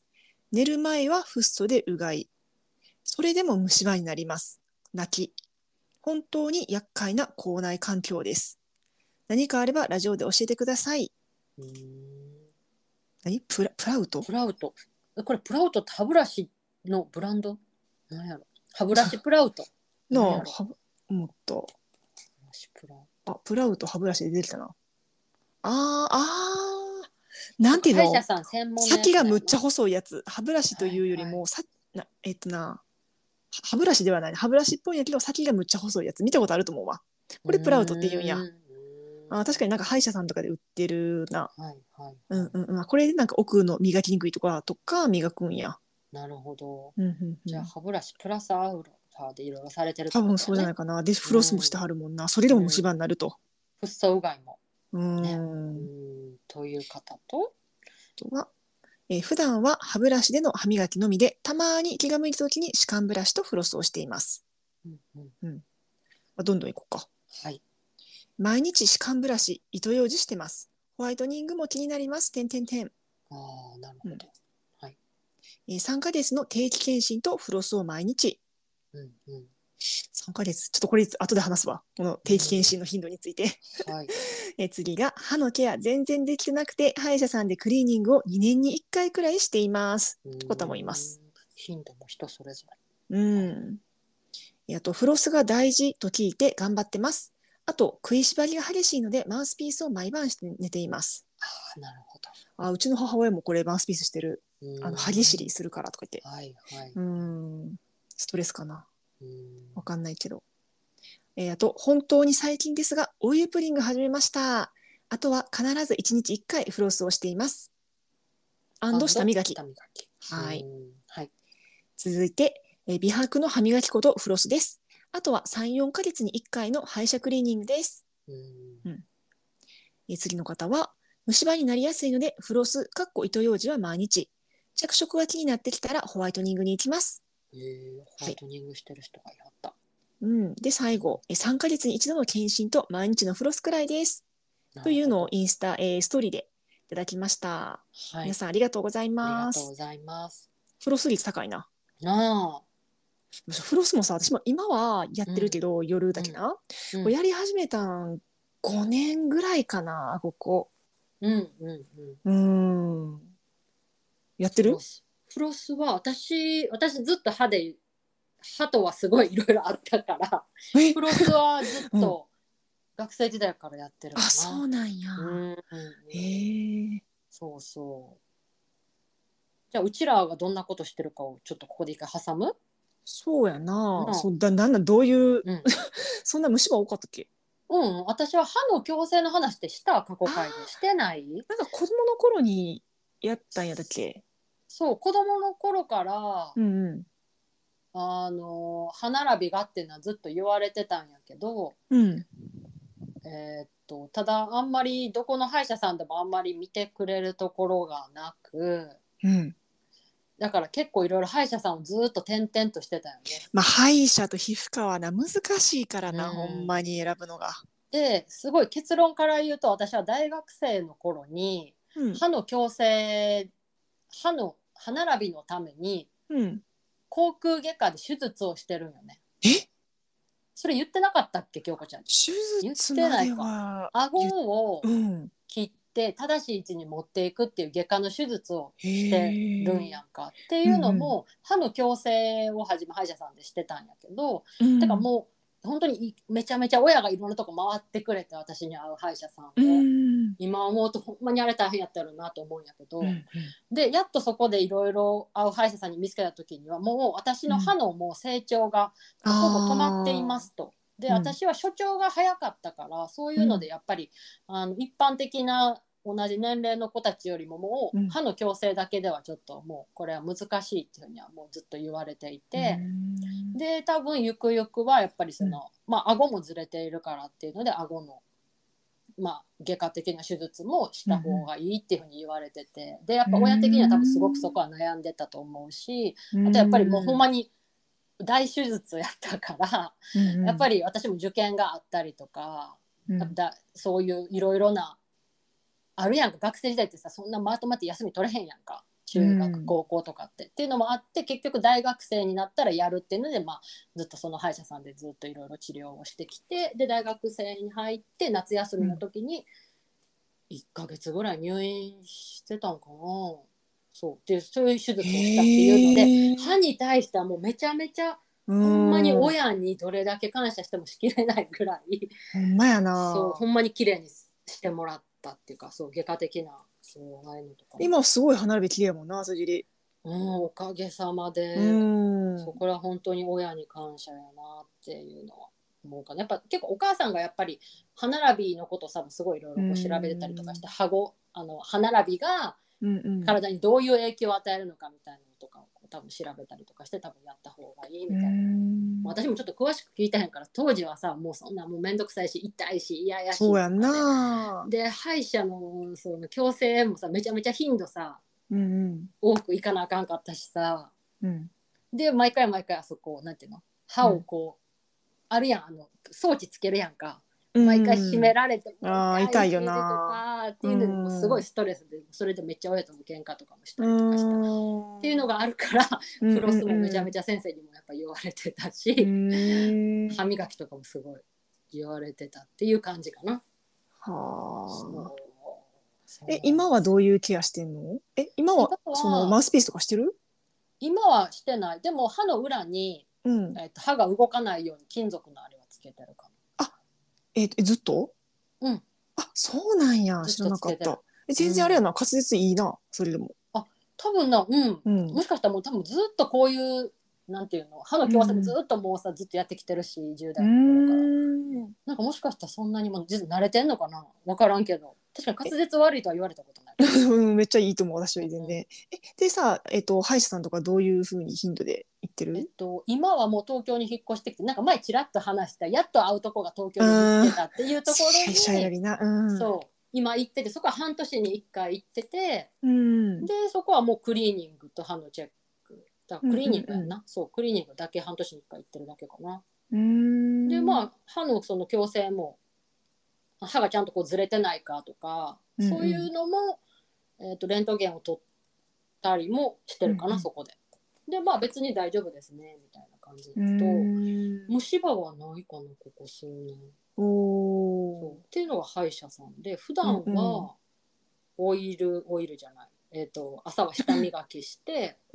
寝る前はフッ素でうがい。それでも虫歯になります。泣き。本当に厄介な口内環境です。何かあればラジオで教えてください。 うーん何プラ、プラウトプラウト。えこれプラウトって歯ブラシのブランドなんやろ。歯ブラシプラウト。なんやろ。 のはもっと歯ブラシプラウあプラウト歯ブラシで出てきたな。あーあーなんていう歯医者の、 さん専門のやつ先がだよな。 むっちゃ細いやつ。歯ブラシというよりも、 はいはい、 さなえっとな歯ブラシではない歯ブラシっぽいんやけど先がむっちゃ細いやつ見たことあると思うわ。これプラウトって言うんや。 うーんあー確かになんか歯医者さんとかで売ってるな。 はいはいはい。 うんうんうん。これでなんか奥の磨きにくいところとか磨くんや。 なるほど。 うんうんじゃあうん。 歯ブラシプラスアウラでいろいろされてるって多分ことだよね。 そうじゃないかな。で、フロスもしてうんはるもんな。それでも虫歯になると。 フッ素うがいもうーね。うん。 んという方と、 あとは、えー普段は歯ブラシでの歯磨きのみで、たまに気が向いた時に歯間ブラシとフロスをしています。 うんうん、 うん。まあ、どんどんいこうか。 はい。 毎日歯間ブラシ、糸ようじしてます。ホワイトニングも気になります。てんてんてん。 ああなるうんほど。はい。 えーさんかげつの定期検診とフロスを毎日。 うんうんさんかげつ。ちょっとこれ後で話すわ。この定期検診の頻度について。 はい。 えー次が歯のケア全然できてなくて、歯医者さんでクリーニングをにねんにいっかいくらいしています。 うーって方もいまんす。 頻度も人それぞうれ。はい。 ん。あと、フロスが大事と聞いて頑張ってます。あと、食いしばりが激しいので、マウスピースを毎晩して寝ています。 ああなるほど。 あ、うちの母親もこれマウスピースしてる。 うーあの、歯ぎしんりするからとか言って。 はいはい。 うーん。ストレスかな。 うーんわかんないけど。えーあと、本当に最近ですが、オイルプリング始めました。あとは必ずいちにちいっかいフロスをしています。アンド舌磨き。 舌磨き。うはい。 ーんはい。 続いて、えー美白の歯磨き粉とフロスです。あとはさん、よんかげつにいっかいの歯医者クリーニングです。 うーんうんえー次の方は、虫歯になりやすいので、フロス、かっこ糸ようじは毎日。着色が気になってきたらホワイトニングに行きます。 えー、ホワイトニングしてる人がいはった。 うん、で、最後、えーさんかげつに一度の検診と毎日のフロスくらいです。というのをなるほど。 インスタ、えーストーリーでいただきました。 はい。 皆さんありがとうございありがます。 とうございます。 フロス率高いな。 なあ。 フロスもさ、私も今はやってるけど、夜うんだけな。 うんやり始めたんごねんぐらいかな、ここ。 うんうんうん。 うーん。やってる？ フロス。フロスは私私ずっと歯で歯とはすごいいろいろあったからえ、 フロスはずっうん。 と学生時代からやってるあ、 かな。 そうなんや。 うんうんうん。 へえ。 そうそう。じゃあうちらがどんなことしてるかをちょっとここで一回挟むそうやな。 な。 そだ、なんなん、どういう、 うん。 そんな虫歯多かったっけ？ うん、私は歯の矯正の話ってした過去あ回でしあ、 てない。 なんか子供の頃にやったんやったっけ？ そう子供の頃からうんうん。 あの歯並びがっていうのはずっと言われてたんやけど、 うん。 えーっとただあんまりどこの歯医者さんでもあんまり見てくれるところがなく、 うん。 だから結構いろいろ歯医者さんをずっと転々としてたよね。 まあ、歯医者と皮膚科はな、難しいからな、ほんうん、 まに選ぶのが。 ですごい結論から言うと私は大学生の頃にうん。 歯の矯正歯の歯並びのためにうん。 口腔外科で手術をしてるんよね。 え、 それ言ってなかったっけ京子ちゃん。 手言っ術までてないか。 は顎言っ、 をうん。 切って正しい位置に持っていくっていう外科の手術をへしてるんえ。 やんかっていううんうん。 のも歯の矯正をはじめ歯医者さんでしてたんやけど、 うん。 てかもう本当にめちゃめちゃ親がいろんなとこ回ってくれて私に会う歯医者さんうをん。 今思うとほんまにあれ大変やったろうなと思うんやけど、 うん。 でやっとそこでいろいろ会う歯医者さんに見つけた時にはもう私うん。 の歯のもう成長がほぼ止まっていまああ。 すと。でうん。 私は所長が早かったからそういうのでうん。 やっぱりあの一般的な同じ年齢の子たちよりももうん。 う歯の矯正だけではちょっともうこれは難しいっていうふうにはもうずっと言われていうて、 ん。 で多分ゆくゆくはやっぱりそうん。 の、まあ顎もずれているからっていうので顎のまあ、外科的な手術もしうん。 た方がいいっていうふうに言われてて、でやっうぱ親的には多分すごくそん。 こは悩んでたと思うし、 うあとやっぱりもうほんん。 まに大手術やったからうん。 やっぱり私も受験があったりとか、 うん。 だそういういろいろなあるやんか学生時代ってさそんなまとまって休み取れへんやんか。 中学高校とかって、っていうのもあって結局大学生になったらやるっていうので、まあ、ずっとその歯医者さんでずっといろいろ治療をしてきて、で大学生に入って夏休みの時にいっかげつぐらい入院してたんかな。そうでそういう手術をしたっていうので、歯に対してはもうめちゃめちゃほんまに親にどれだけ感謝してもしきれないぐらい、 ほんまやな。 そうほんまに綺麗にしてもらったっていうか、そう外科的なそうああいうのとか今すごい歯並び綺麗やもんな、辻り。 うん、おかげさまで、そうこれは本当に親に感謝やなっていうのは思うかな。やっぱ結構お母さんがやっぱり歯並びのことさすごいいろいろ調べてたりとかして、歯ごあの歯並びが体にどういう影響を与えるのかみたいなのとかを多分調べたりとかして多分やった方がいいみたいな。私もちょっと詳しく聞いたへんから、当時はさもうそんなもうめんどくさいし痛いし嫌やしそうやんな。 で歯医者のその矯正もさめちゃめちゃ頻度さ、 うんうん、 多く行かなあかんかったしさ、 うん、 で毎回毎回あそこなんていうの歯をこう、うん、あるやんあの装置つけるやんか、うん、毎回締められてもう痛いよなっていうのにもすごいストレスで、それでめっちゃ親とも喧嘩とかもしたりとかしたっていうのがあるから、フロスもめちゃめちゃ先生にもやっぱ言われてたし、歯磨きとかもすごい言われてたっていう感じかな。はあ。 え今はどういうケアしてんの？え今はそのマウスピースとかしてる？ 今はしてない。でも歯の裏に、うんえー、と歯が動かないように金属のあれはつけてるかな。あえー、ずっと？ うんあそうなんや、知らなかった。え全然あれやな、うん、滑舌いいなそれでも。 あ多分な、うん、うん、もしかしたらもう多分ずっとこういうなんていうの歯の矯正もずっともうさ、うん、ずっとやってきてるしじゅう代の頃からなんかもしかしたらそんなにも実は慣れてんのかな分からんけど、確かに滑舌悪いとは言われたことないめっちゃいいと思う私は全然、うん、えでさ、えっと、歯医者さんとかどういうふうに頻度で行ってる？ えっと、今はもう東京に引っ越してきてなんか前ちらっと話したやっと会うとこが東京に行ってたっていうところに歯医者選びな、うん、 そう今行ってて、そこは半年にいっかい行ってて、 うん、 でそこはもうクリーニングと歯のチェックだクリーニングやな、うんうんうん、そうクリーニングだけ半年にいっかい行ってるだけかな。うんでまあ歯のその矯正も歯がちゃんとこうずれてないかとか、うんうん、そういうのも、えーと、レントゲンを取ったりもしてるかな、うんうん、そこで。でまあ別に大丈夫ですねみたいな感じだと、虫歯はないかなここ数年。おそうっていうのが歯医者さんで、普段はオイル、うんうん、オイルじゃない、えーと、朝は舌磨きして、うん、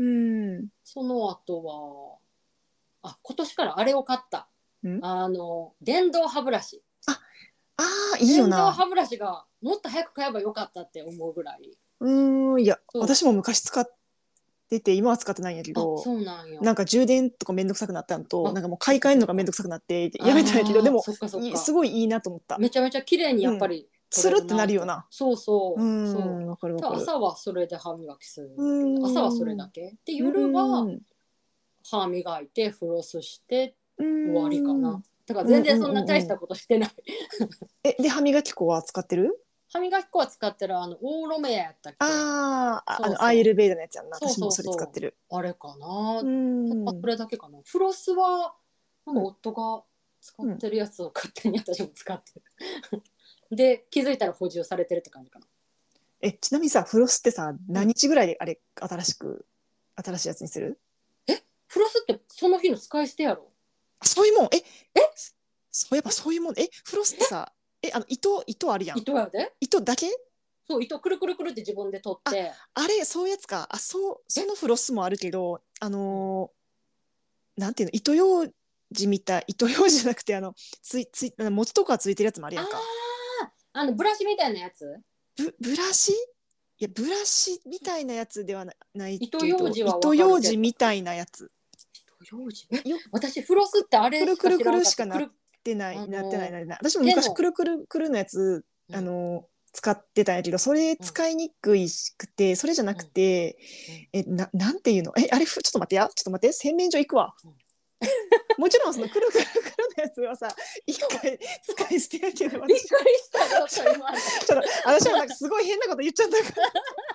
その後はあ今年からあれを買った、あの電動歯ブラシ。 ああいいよな。 電動歯ブラシがもっと早く買えばよかったって思うぐらい。 うんいや私も昔使ってて今は使ってないんやけど、 そうなんや。 なんか充電とかめんどくさくなったのとなんかもう買い替えるのがめんどくさくなってやめたんやけど、でもすごいいいなと思った。 めちゃめちゃ綺麗にやっぱり、うん、 つるってなるよな。 そうそう。 うんそうわかるわかる。 朝はそれで歯磨きする。朝はそれだけで、夜は歯磨いてフロスして終わりかな。だから全然そんな大したことしてない。 えで歯磨き粉は使ってる？ 歯磨き粉は使ってるあのオーロメアやったっけ？ あああのアイルベーダのやつやんな。私もそれ使ってる。 あれかな。うんそれだけかな。フロスはなんか夫が使ってるやつを勝手に私も使ってる。で気づいたら補充されてるって感じかな。 えちなみにさフロスってさ何日ぐらいであれ新しく新しいやつにする？ えフロスってその日の使い捨てやろ？ そういうもん。ええそういえばそういうもん。えフロスってさえあの糸糸あるやん。 糸やで？ 糸だけ？ そう糸くるくるくるって自分で取って。 あ、あれそういうやつか。あそうそのフロスもあるけどあのー、なんていうの糸ようじみたい糸ようじじゃなくてあのついつい持ちとかついてるやつもあるやんか。 あああのブラシみたいなやつ？ ブブラシ？いやブラシみたいなやつではないけど糸ようじは糸ようじみたいなやつ。 糸ようじ？え私フロスってあれしか知らんかった。 くるくるくるしかなってない、あのー、なってないなってない。私も昔くるくるくるのやつあのー、使ってたんやけどそれ使いにくいくて、うん、それじゃなくて、うん、えななんていうのえあれちょっと待ってやちょっと待って洗面所行くわ、うん、もちろんそのくるくるくるのやつはさ一回使い捨てやけどびっくりしたよちょっと今ちょっと私はなんかすごい変なこと言っちゃったから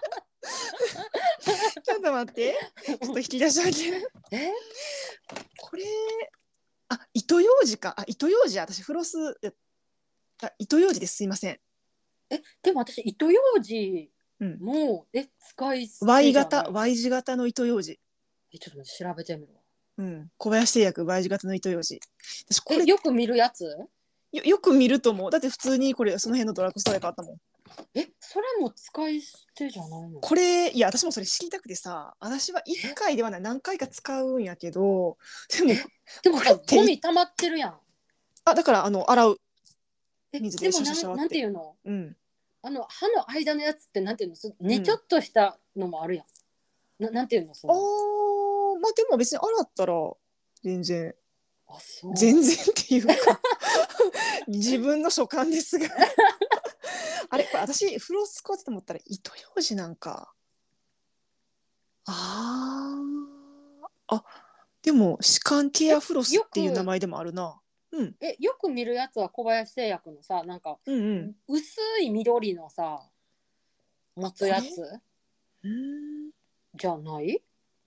ちょっと待ってちょっと引き出しあげるえこれあ糸ようじかあ糸ようじ私フロスあ糸ようじですすいません。 えでも私糸ようじうん、 もうえ使い捨 Y てじゃな型い。 Y 字型の糸ようじ、 えちょっと待って調べてみるわ。 うん、小林製薬 Y 字型の糸ようじ。私これえよく見るやつ？ よよく見ると思う。だって普通にこれその辺のドラッグストアで買ったもん。 えそれも使い捨てじゃないの？ これいや私もそれ知りたくてさ、私はいっかいではない何回か使うんやけど、でもでもさこれってゴミ溜まってるやん。 あだからあの洗うえ水でシャでもなシャシャって。 んなんていうの、 うんあの歯の間のやつってなんていうの、すうんねちょっとしたのもあるやん。ななんていうのそあの。 ーまあでも別に洗ったら全然あそう全然っていうか自分の所感ですがあれこれ私フロス使ってと思ったら糸ようじなんか。あーあでも歯間ケアフロスよっていう名く前でもあるな。うんえよく見るやつは小林製薬のさなんかうんうん薄い緑のさ持つあこれやつうーんじゃない？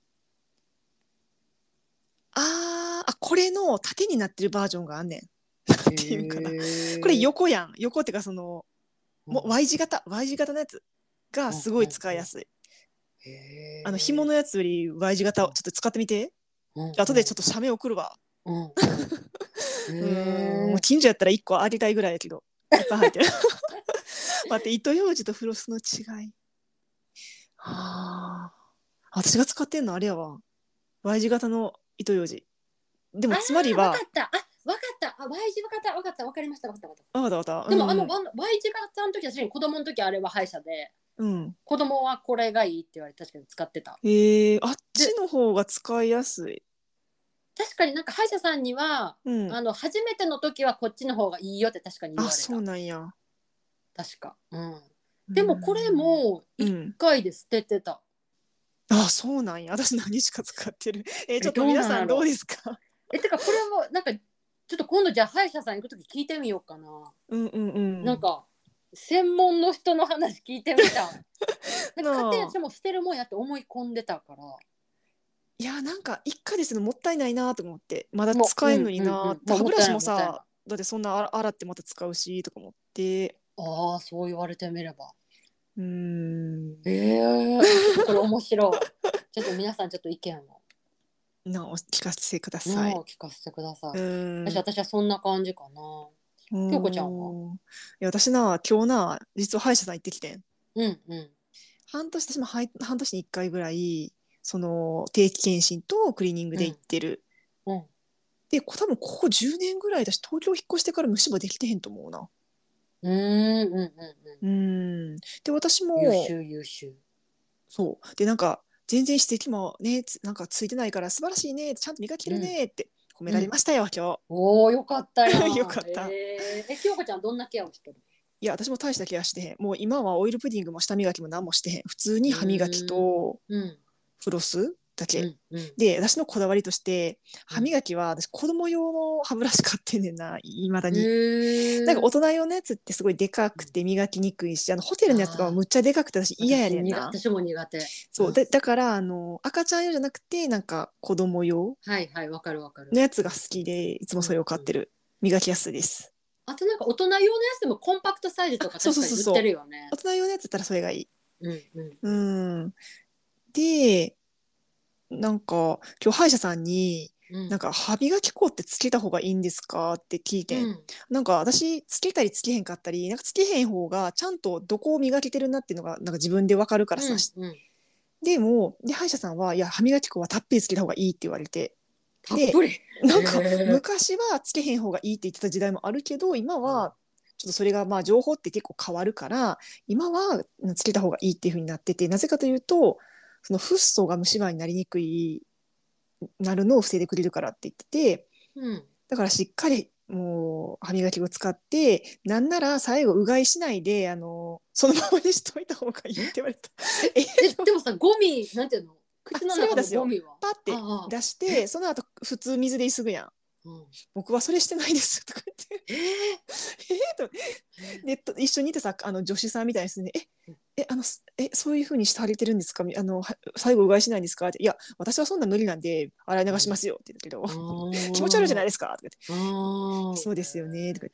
あーあこれの縦になってるバージョンがあんねん。 へっていうかなこれえ。 横やん横ってかそのうんもう Y 字型 Y 字型のやつがうんすごい使いうんやすい。 へあの紐のえ。 やつより Y 字型をちょっと使ってみて。 うん後でちょっと写メ送るわ。 うんうんうんうーんもうへえ。 近所やったらいっこあげたいぐらいやけどいっぱい入ってる待って糸ようじとフロスの違い。はあ私が使ってんのあれやわ Y 字型の糸ようじであもつまりあ、わかはった。あ、わかった。あ、Y 字わかった。わかった。わかりました。わかった。わかった。 あわたわたうでも、あの、 んワン Y 字型の時は確かに子供の時あれは歯医者で、 うん子供はこれがいいって言われて確かに使ってた。 へえあっちで、 の方が使いやすい。 確かになんか歯医者さんには、 うんあの、初めての時はこっちの方がいいよって確かに言あそうわれた。 なんや。 確か。うん。 うでもこれんも一うん回で捨ててた。 あそうなんや。私何日か使ってる。えーちょえ、 っとどう皆さんどうなんやろですか？ え、てかこれもなんか、ちょっと今度じゃあ歯医者さん行く時聞いてみようかな。 うんうんうん。 なんか、専門の人の話聞いてみたい。なんか勝手になあ。 私も捨てるもんやって思い込んでたから。 いやなんか一回ですのもったいないなと思ってまだもう、う使えんのにんうんうん。 なってまあ、 歯ブラシもったいないもったいない。 もさだってそんな洗洗ってまた使うしとか思ってああ、そう言われてみれば。 うーんええー、ちょっとこれ面白い。ちょっと皆さんちょっと意見を。 なお聞かせてください。 のを聞かせてくださうい。私、 ーん私はそんな感じかな。 う京子ちゃんは？ ーんいや私な今日な実は歯医者さん行ってきてん。 うんうん。 半年私もはい半年にいっかいぐらいその定期検診とクリーニングで行ってる。 うん。 でこ多分ここじゅうねんぐらいだし東京引っ越してから虫歯できてへんと思うな。 うーんうんうんううん。 ーんで私も優秀優秀。 そうでなんか全然指摘もねつなんかついてないから素晴らしいねちゃんと磨けるねって褒められましたよ、今おお、よかったや日よん。 かった。 えー、え、京子ちゃんどんなケアをしてる？ いや私も大したケアしてへん。もう今はオイルプディングも舌磨きも何もしてへん。普通にう歯磨きーん。 とうんフロスだけうんうんで私のこだわりとして歯うん。 磨きは私子供用の歯ブラシ買ってんねんないまだに。なんかへえ。 大人用のやつってすごいでかくて磨きにくいしあのホテルのやつとかもああ、 むっちゃでかくて私嫌や私苦ねんな。 私も苦手。うん。 そうだだからあの赤ちゃん用じゃなくてなんか子供用はいはい、わかるわかる。 のやつが好きでいつもそれを買ってる。磨きやすいです。 あとなんか大人用のやつでもコンパクトサイズとかそう確かに売ってるそうそうそうよね。 大人用のやつだったらそれがいい。 うんうんううんんでなんか今日歯医者さんにうんなんか歯磨き粉ってつけた方がいいんですかって聞いてん。 うんなんか私つけたりつけへんかったりなんかつけへん方がちゃんとどこを磨けてるなっていうのがなんか自分でわかるからうさ。 んうん。 でもで歯医者さんはいや歯磨き粉はたっぷりつけた方がいいって言われてでたっぷり。 なんかへえ。 昔はつけへん方がいいって言ってた時代もあるけど今はちょっとそれがまあ情報って結構変わるから今はつけた方がいいっていう風になっててなぜかというとそのフッ素が虫歯になりにくいなるのを防いでくれるからって言っててうん。 だからしっかりもう歯磨き粉使ってなんなら最後うがいしないであのそのままにしといた方がいいって言われた。ええ、でもさ、ゴミ、なんていうのあ口の中のそれを出すよゴミはパッてああ、 出してその後普通水で急ぐやん。 うん、 僕はそれしてないですとか言ってえー、 えーとでと一緒にいてさあの女子さんみたいにすねええあのえそういう風にしてされてるんですかあの最後うがいしないんですかっていや私はそんな無理なんで洗い流しますよって言うけど、 うん、 気持ち悪いじゃないあですかとか言ってあ、 そうですよねとか言って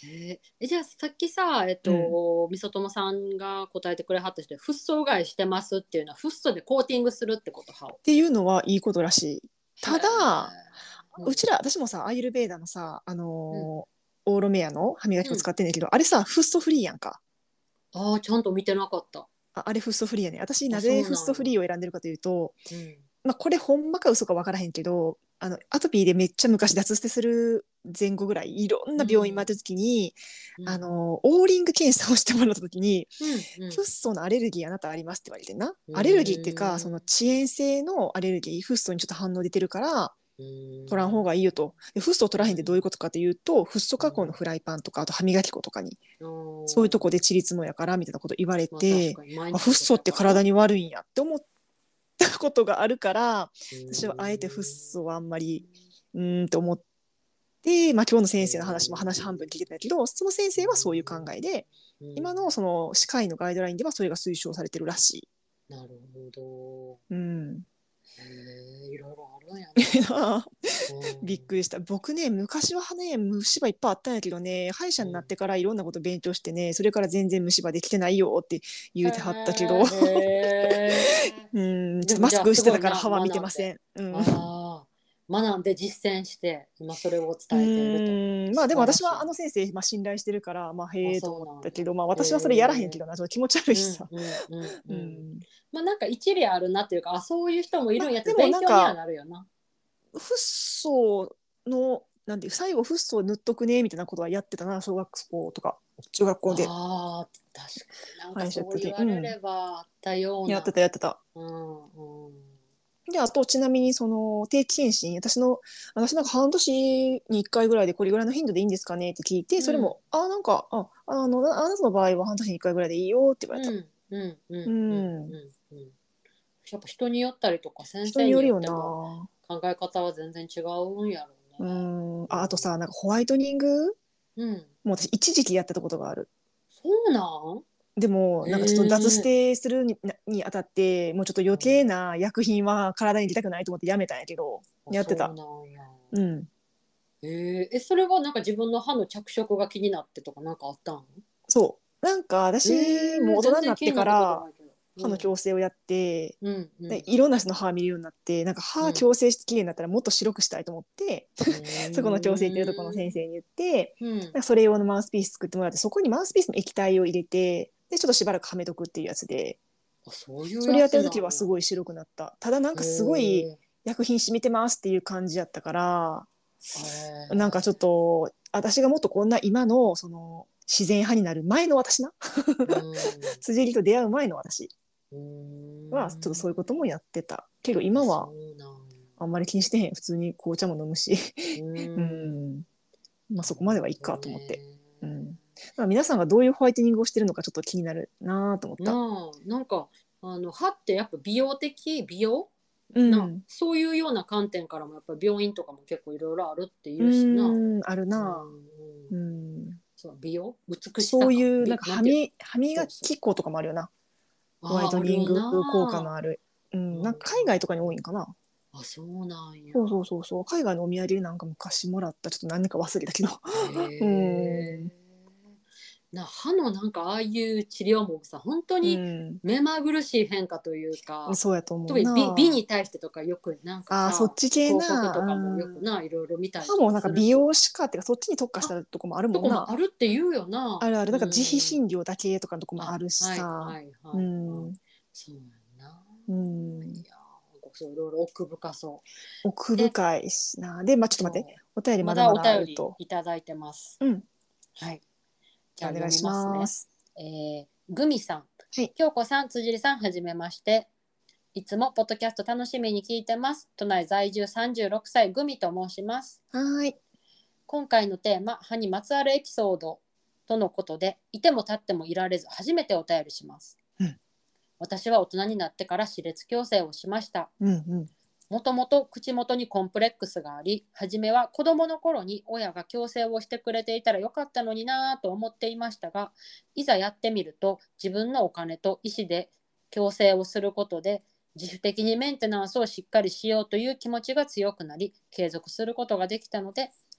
へえ、じゃあさっきさ、えっと、みそともさんが答えてくれはった人で、フッ素うがいしてますっていうのは、フッ素でコーティングするってこと、歯を。 っていうのはいいことらしい。 へただ、 え。 うちら、私もさ、アイルベーダのさ、あうん。 のーオーロメアの歯磨き粉うん。 使ってんだけど、あれさ、フッ素フリーやんか。 ああ、ちゃんと見てなかった。 あ、あれフッ素フリーやね。私、 あ、 なぜフッ素そうなんや。 フリーを選んでるかというと、 うん。 まあ、これほんまか嘘か分からへんけど、あの、アトピーでめっちゃ昔脱捨てする前後ぐらい、いろんうな病院回っん。 た時に、 うん。 あの、オーリング検査をしてもらった時に、 うん。うん。 フッ素のアレルギーあなたありますって言われてんな。 うアレルギーっていうか、 ーん。 その遅延性のアレルギー、フッ素にちょっと反応出てるから、 うー取らん方ん。 がいいよと。でフッ素を取らへんってどういうことかというと、フッ素うん。 加工のフライパンとか、あと歯磨き粉とかに、 うん。 そういうとこでちりつもやからみたいなこと言われまあ確て、 かに毎あ、 日つけフッ素っててたからな。 体に悪いんやって思ったことがあるから、 う私はあえてフッーん。 素はあんまり、うーんと思って、まあ今日のう先生の話も話半分聞いてーん。 たけど、その先生はそういう考えで、 うん。 今のその歯科医のガイドラインではそれが推奨されてるらしなるほど。 い。うん。 へえ、いろいろあるんやな。うびっん。 くりした。僕ね、昔はね、虫歯いっぱいあったんやけどね、歯医者うん。 になってからいろんなこと勉強してね、それから全然虫歯できてないよって言へうてはったけど、 え、へえ。 うん、ちょっとでもじゃあマスクしてたすごいな、 から歯は見て学んで。 ません。うん。 ああ、学んで実践して、今それをう伝えていると。 ーん、まあ素でも晴らしいな。 私はあの先生、まあ、信頼してるから、まああ、 へえと思っそうなんや。 たけど、まあへ私はそれやらへんけえ。 どな、ちょっと気持ち悪いうんしさ。 うんうんううん。 ん。 まあなんか一理あるなっていうか、あ、そういう人もいるんやってまあでも勉強にはなんか、 なるよな。 フッ素の、なんていう、最後フッ素塗っとくね、みたいなことはやってたな、小学校とか、中学校で。 ああ、確かになんか歯医者そう行った時、うん。 言われればあったようやってな。 たやってた。 うんうん。 で、あと、ちなみに、その、定期検診、私の、私なんか半年にいっかいぐらいでこれぐらいの頻度でいいんですかねって聞いて、それうんも、あ、なんか、あ、あの、あなたの場合は半年にいっかいぐらいでいいよって言われた。 うんうんううんうんん。 うんうん。やっぱ人によったりとか先生に人によるよよってもな。 考え方は全然違うんやろううね。 ん。あ、あとさ、 うん。 なんかホワイトニングうん。 もう私一時期やってたことがある。 そうなんでも、なんかちょっと脱捨へえ。 てするに、なにあたって、もうちょっと余計な薬品は体に入れたくないと思ってやめたんやけど、 あ、そうやってた。 なんや。 うん。 へえ。え、それはなんか自分の歯の着色が気になってとかなんかあったん？ そう。なんかえ私もえ、 大人になって全然気になったことからないけど。う歯のん。 矯正をやって、 うんうでんいろんな人の歯見るようになって、なんか歯うん。 矯正して綺麗になったらもっと白くしたいと思って、 うそこの矯正っていうところのーん。 先生に言って、 うん。 なんかそれ用のマウスピース作ってもらって、そこにマウスピースの液体を入れて、で、ちょっとしばらくはめとくっていうやつで、 あ、そういうそれややってる時はつなんや。 すごい白くなった。ただなんへかすごいえ。 薬品染みてますっていう感じやったから、 へなんかちょっえ。 と、私がもっとこんな今の、その、自然派になる前の私な。 うん。 辻入と出会う前の私うーは、ちょっとん。 そういうこともやってた。けどあ、 今はそうなんや。 あんまり気にしてへん。普通に紅茶も飲むし。 ううーん。 ん。まあなるそこまではいいほどかと思って。 ね。 うん。だから皆さんがどういうホワイトニングをしてるのかちょっと気になるなと思った。 なあ、なんか、あの、歯ってやっぱ美容的、美容な、 うん。 そういうような観点からもやっぱ病院とかも結構いろいろあるってう言うしな。 ーん、あるうん、 な。 うん。 うん。 そう、美容美しそういさか。美、 うなんか歯なんていうの？ み歯磨そうそう。 き粉とかもあるよな。ホワイああ、あるトニング効果のなある。うあ。 ん、なんか海外とかに多いんかな。 あ、あ、そうなんや。 そうそうそうそう。海外のお土産でなんか昔もらった。ちょっと何か忘れたけど。うへえ。 ん。 な、歯のなんかああいう治療もさ、本当うにん。 目まぐるしい変化というか、 そうやと思う特に美、美な。 に対してとかよくなんかああ、そっさ、 ち系広告とな。 かもよくうん。 な、いろいろ見たりとか歯もなんかするし。 美容師かっていうか、そっちに特化しあ、 たとこもあるとこももんな。 あるって言うよな。 あるある。 うなんか自費ん。 診療だけとかのとこもああ、 るしはいさ。 はいうはいはい。 ん。 そうやんな。 うん。 いやー、そういろいろ奥深そう。で、 奥深いしな。で、まあちょっと待って。 そう。 お便りまだままだお便だあると。 りいただいてます。 うん。 はい。じゃあ読みお願いしますね。 ます。 えー、グミさん。 はい。 京子さん、辻さん、はじめまして。いつもポッドキャスト楽しみに聞いてます。都内在住さんじゅうろくさい、グミと申します。 はーい。 今回のテーマ、歯にまつわるエピソードとのことで、いても立ってもいられず、初めてお便りします。 うん。 私は大人になってから歯列矯正をしました。 うんうん。 もともと口元にコンプレックスがあり、初めは子供の頃に親が矯正をしてくれていたらよかったのになぁと思っていましたが、いざやってみると自分のお金と意思で矯正をすることで自主的にメンテナンスをしっかりしようという気持ちが強くなり、継続することができたので、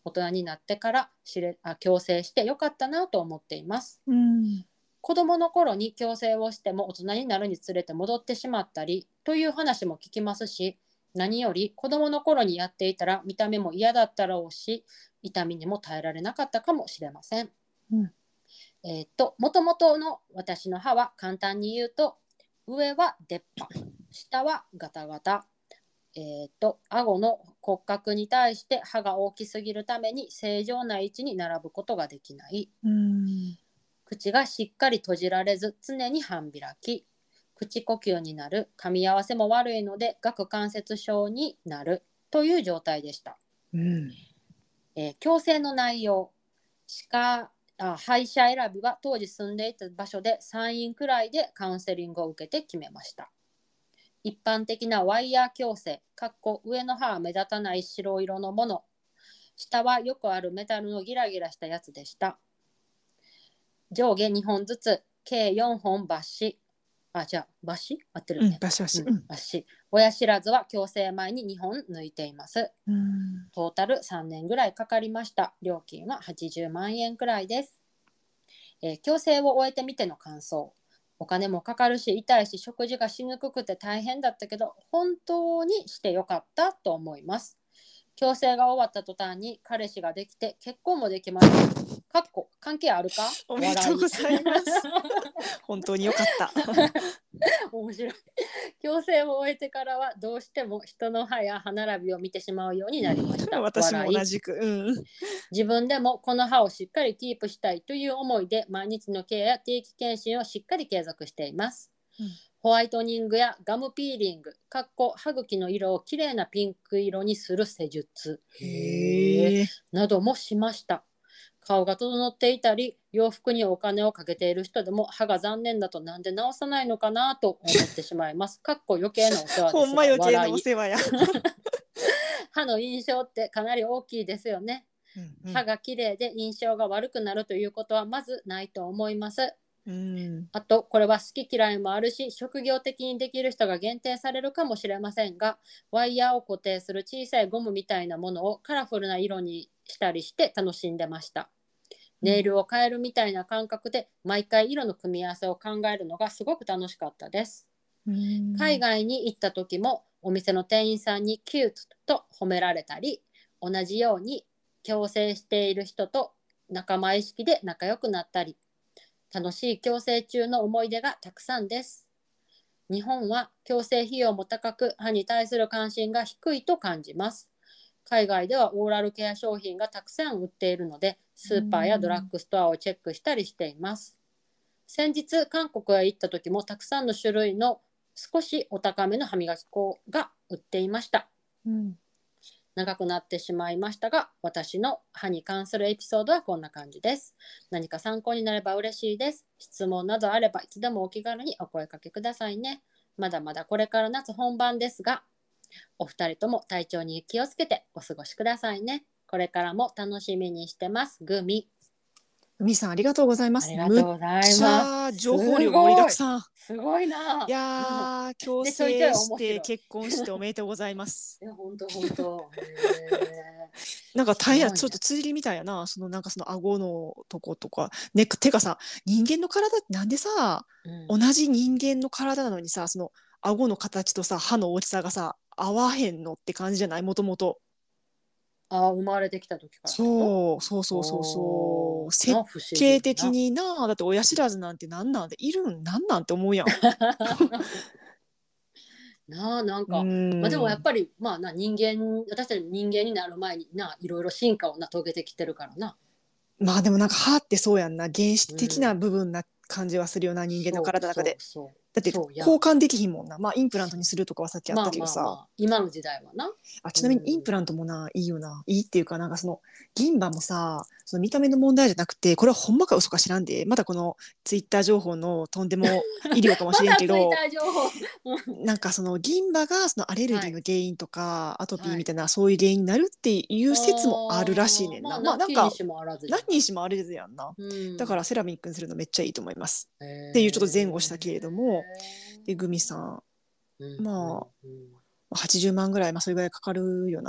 大人になってから知れあ矯正してよかったなと思っています。 うん子供の頃に矯正をしても大人になるにつれて戻ってしまったりという話も聞きますし、何より子供の頃にやっていたら見た目も嫌だったろうし、痛みにも耐えられなかったかもしれません。 うんえーっと、もともとの私の歯は簡単に言うと、上は出っ歯、下はガタガタ、えーっと、顎の骨格に対して歯が大きすぎるために正常な位置に並ぶことができない。 うん口がしっかり閉じられず常に半開き、口呼吸になる、噛み合わせも悪いので顎関節症になるという状態でした。 うんえー矯正の内容、歯科あ歯医者選びは当時住んでいた場所でさん院くらいでカウンセリングを受けて決めました。一般的なワイヤー矯正、かっこ上の歯は目立たない白色のもの、下はよくあるメタルのギラギラしたやつでした。上下にほんずつ、計よんほん抜歯。あ、じゃあ、抜歯合ってるうんね。 バシバシうん、抜歯。親知らずは矯正前ににほん抜いています。 うんトータルさんねんぐらいかかりました。料金ははちじゅうまんえんくらいです。えー矯正を終えてみての感想。お金もかかるし、痛いし、食事がしにくくて大変だったけど、本当にしてよかったと思います。矯正が終わった途端に彼氏ができて結婚もできました。かっこ関係あるか？ おめでとうございます本当によかった面白い。矯正を終えてからはどうしても人の歯や歯並びを見てしまうようになりました。 私も笑い。 同じく、うん、 自分でもこの歯をしっかりキープしたいという思いで毎日のケアや定期検診をしっかり継続しています。 うんホワイトニングやガムピーリング、かっこ歯茎の色をきれいなピンク色にする施術へえなどもしました。顔が整っていたり、洋服にお金をかけている人でも歯が残念だとなんで直さないのかなと思ってしまいます。かっこ余計なお世話ですが、 ほんま余計な笑い。 お世話や、 歯の印象ってかなり大きいですよね。 うんうん歯がきれいで印象が悪くなるということはまずないと思います。 うんあと、これは好き嫌いもあるし、職業的にできる人が限定されるかもしれませんが、ワイヤーを固定する小さいゴムみたいなものをカラフルな色にしたりして楽しんでました。ネイルを変えるみたいな感覚で毎回色の組み合わせを考えるのがすごく楽しかったです。 うん海外に行った時もお店の店員さんにキュートと褒められたり、同じように矯正している人と仲間意識で仲良くなったり、楽しい矯正中の思い出がたくさんです。日本は矯正費用も高く、歯に対する関心が低いと感じます。海外ではオーラルケア商品がたくさん売っているので、スーパーやドラッグストアをチェックしたりしています。先日韓国へ行った時もたくさんの種類の少しお高めの歯磨き粉が売っていました。 うん長くなってしまいましたが、私の歯に関するエピソードはこんな感じです。何か参考になれば嬉しいです。質問などあればいつでもお気軽にお声かけくださいね。まだまだこれから夏本番ですが、お二人とも体調に気をつけてお過ごしくださいね。これからも楽しみにしてます。グミ。 海さんありがとうございまあす。 りがとうございます。 むっちゃ情報量盛りだくさん。 すごいな。 いやー、矯でちょいちょい正面白いして結婚しておめでとうございますいや、本当本当。へなんか大変や、 すごいねちょっと釣りみたいやな、そのなんかその顎のとことか。ね、てかさ、人間の体ってなんでさ、 ー同じ人間の体なのにさ、その顎の形とさ、歯の大きさがさ、合わへんのって感じじゃないもともと。 あ、生まれてきた時からってことそう、そうそうそうそう。 おー設な不思議計やな的にな、だって親知らずなんてなんなんでいるんなんなんて思うやん。 なあ、なんうか、まあでもやっん。 ぱりまあな人間、私たち人間になる前にないろいろ進化をな遂げてきてるからな。 まあでもなんか歯ってそうやんな。原始的なうん、 部分な感じはするよな、人間のそうそう体の中で。 そうだってそうやん。 交換できひんもんな。まあインプラントにするとかはさっきあっまあたけどさ。 まあまあ今の時代はな。 あ、ちなみにインプラントもな、いいよな。いいっていうか、なんかその、銀歯もさ、その見た目の問題じゃなくて、これはほんまか嘘か知らんで、まだこのツイッター情報のとんでも医療かもしれんけまだツイッど、 ター情報。 なんかその銀歯がそのアレルギーの原因とか、アトピーはいみたいな、そういう原因になるっていう説もあるらしいねんな。 あーまあまあなんか、 なきにしもあらずじゃ何ない。 にしもあれですやんな。 うん、 だからセラミックにするのめっちゃいいと思います。 へっていうちょっと前後したけれども、 ーで、グミさん、 うんまあ、 うんはちじゅうまんぐらい、まあそれぐらいかかるよな。 う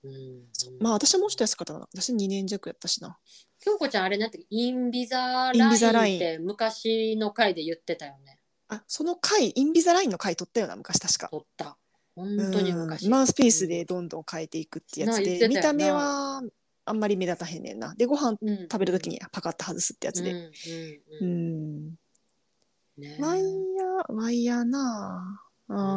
うん、 まあ私はもうちょっと安かったかな。私にねん弱やったしな。 京子ちゃんあれなんてインビザインビラインっザライン。 て昔の回で言ってたよね。 あ、その回、インビザラインの回取ったよな、昔確か。 取った。 う本当にん、 昔。 マウスピースうん、 でどんどん変えていくってやなあ言っつで、見た目てたよな。 はあんまり目立たへんねんな。で、ご飯うん、 食べるときにパカッと外すってやうん、 つで。 うん、 ううん。 ん。ワイねヤー、ワイヤーなあ。 え。うん。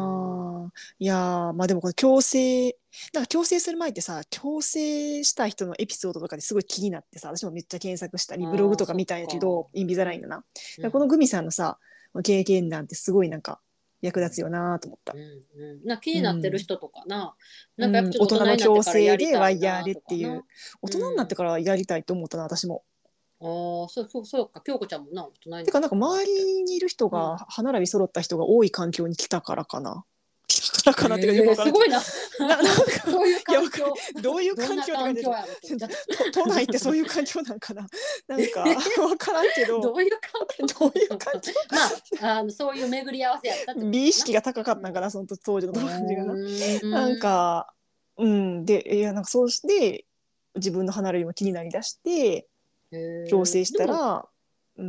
あーいやー、まあでもこれ強制、なんか強制する前ってさ、強制した人のエピソードとかですごい気になってさ、私もめっちゃ検索したり、ブログああ、 とか見たんやそっか。 けど、インビザラインうん、 だな。だかうん、 らこのグミさんのさ、経験談ってすごいなんか役立つよなと思った。 うん、うん。な気になってるうん。 人とかな。 うなんかやっぱん、 ちょっと大大人の強人になってからや制でワりたいイヤーでっなとかな。 ていう、大う人になってん。 からやりたいと思ったな、私も。 ああ、そうそうそうか。京子ちゃんもな、大人にてか、 なってなんか周からって。 りにいる人うん。 が、歯並び揃った人が多い環境に来たからかな。来たからかなっていうかよくええわからんけど。 すごいな。 な、なんか、 そういういや、わかん環境。 どういうどんな環境って感じで、 環境やろと思っちゃった。 と都内ってそういう環境なんかな。なんか、わからんけど、 どういう環境どういう環境まあ、あの、そういう巡り合わせやったってこと美意かな。 識が高かったんうん。 かな、その当時の友達がな。 うなんーん。 か、うん、で、いや、なんかそうして、自分の歯並びも気になりだして、 へえ。 矯正しでも、 たら、うん。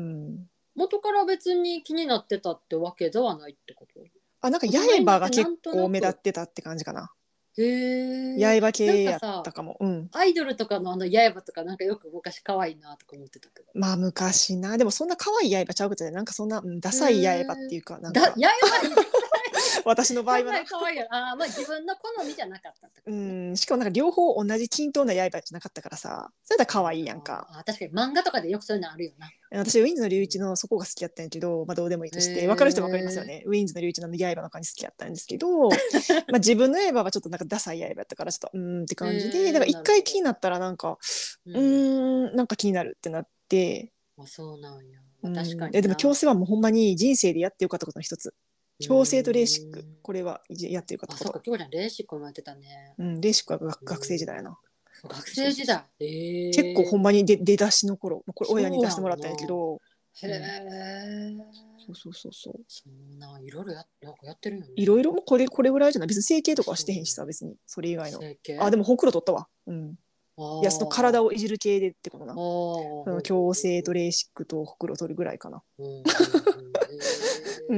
元から別に気になってたってわけではないってこと？ あ、なんか大人にな刃が結ってなんとな構目立っく。 てたって感じかな。 へえ。 刃なん系やっかさ、 たかも。うん。 アイドルとかのあの刃とかなんかよく昔可愛いなとか思ってたけど。 まあ昔な。でもそんな可愛い刃ちゃうことで、なんかそんな、うん、ダへサい刃ってえ。 いうか、なんだ、 か、 刃いい。 私の場合はな。 ダサい可愛いやろ。ああ、まあ自分の好みじゃなかったってこうとね。 ん、しかもなんか両方同じ均等な刃じゃなかったからさ、それだったら可愛いやんか。 ああ、確かに漫画とかでよくそういうのあるよな。 私、ウィンズの龍一のそこが好きやったんやけど、まあどうでもいいとして、分かる人は分かりますよへえ。 ね。ウィンズの龍一の刃の感じ好きやったんですけど、まあ自分の刃はちょっとなんかダサい刃やったから、ちょっとうーんって感じで、だからへえ、 一なるほど。 回気になったらなんか、ううん。 ーん、なんか気になるってなって、 まあそうなんや。まあ確かうん、えでも矯にな。 正はもうほんまに人生でやってよかったことの一つ。 う矯正とレーシック。 ーん。 これはやってよかったあ、 こと。 そっか、きょうちゃんレーシックもやってたね。 うん、レーシックは学う学生時代やーん。 な。 学そうそうそう。 生時代。 結構ええ、 ほんまに出出だしの頃、これ親にそうやんな。 出してもらったんやけど、 へうん、 え。 そうそうそうそう。 そうな、いろいろや、なんかやってるよね。 いろいろもうこれこれぐらいじゃない。別に整形とかはしそう。 てへんしさ、別にそれ以外の。 整形。 あ、でもほくろ取ったわ。うん。 あいや、そのあ。あ体をいじる系でってことあ、 な。 ほうほうその矯ほうほう。 正とレーシックとほくろ取るぐらいかな。 うんうんうん。へうん。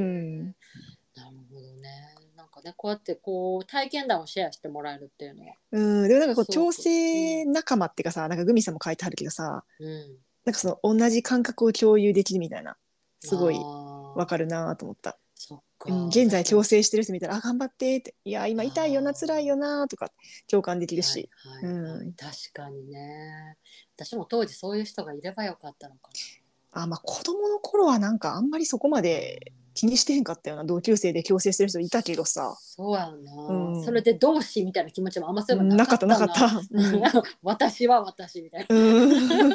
え。なるほどね。なんかね、こうやってこう体験談をシェアしてもらえるっていうのはうん、でもなんかこう矯すごく。うん。 正仲間っていうかさ、なんかグミさんも書いてあるけどさ、 うん。 なんかその同じ感覚を共有できるみたいな、すごいわかああ、 るなと思った。 そっうん、 か。 現在確かに。 矯正してる人見たら、あ、頑張ってって、いや、今痛いよな、 あ辛いよなとか共感できるあ、はいし。 はいはい。 うん。 確かにね。私も当時そういう人がいればよかったのかあ、まあ子供の頃はなんかあんまりそこまな。うでん。 気にしてへんかったような、同級生で矯正してる人いたけどさ。 そうやうな。それん。 で同志みたいな気持ちもあんまそういえばなかなかったなったな。 かった。うん。 私は私みたいうん。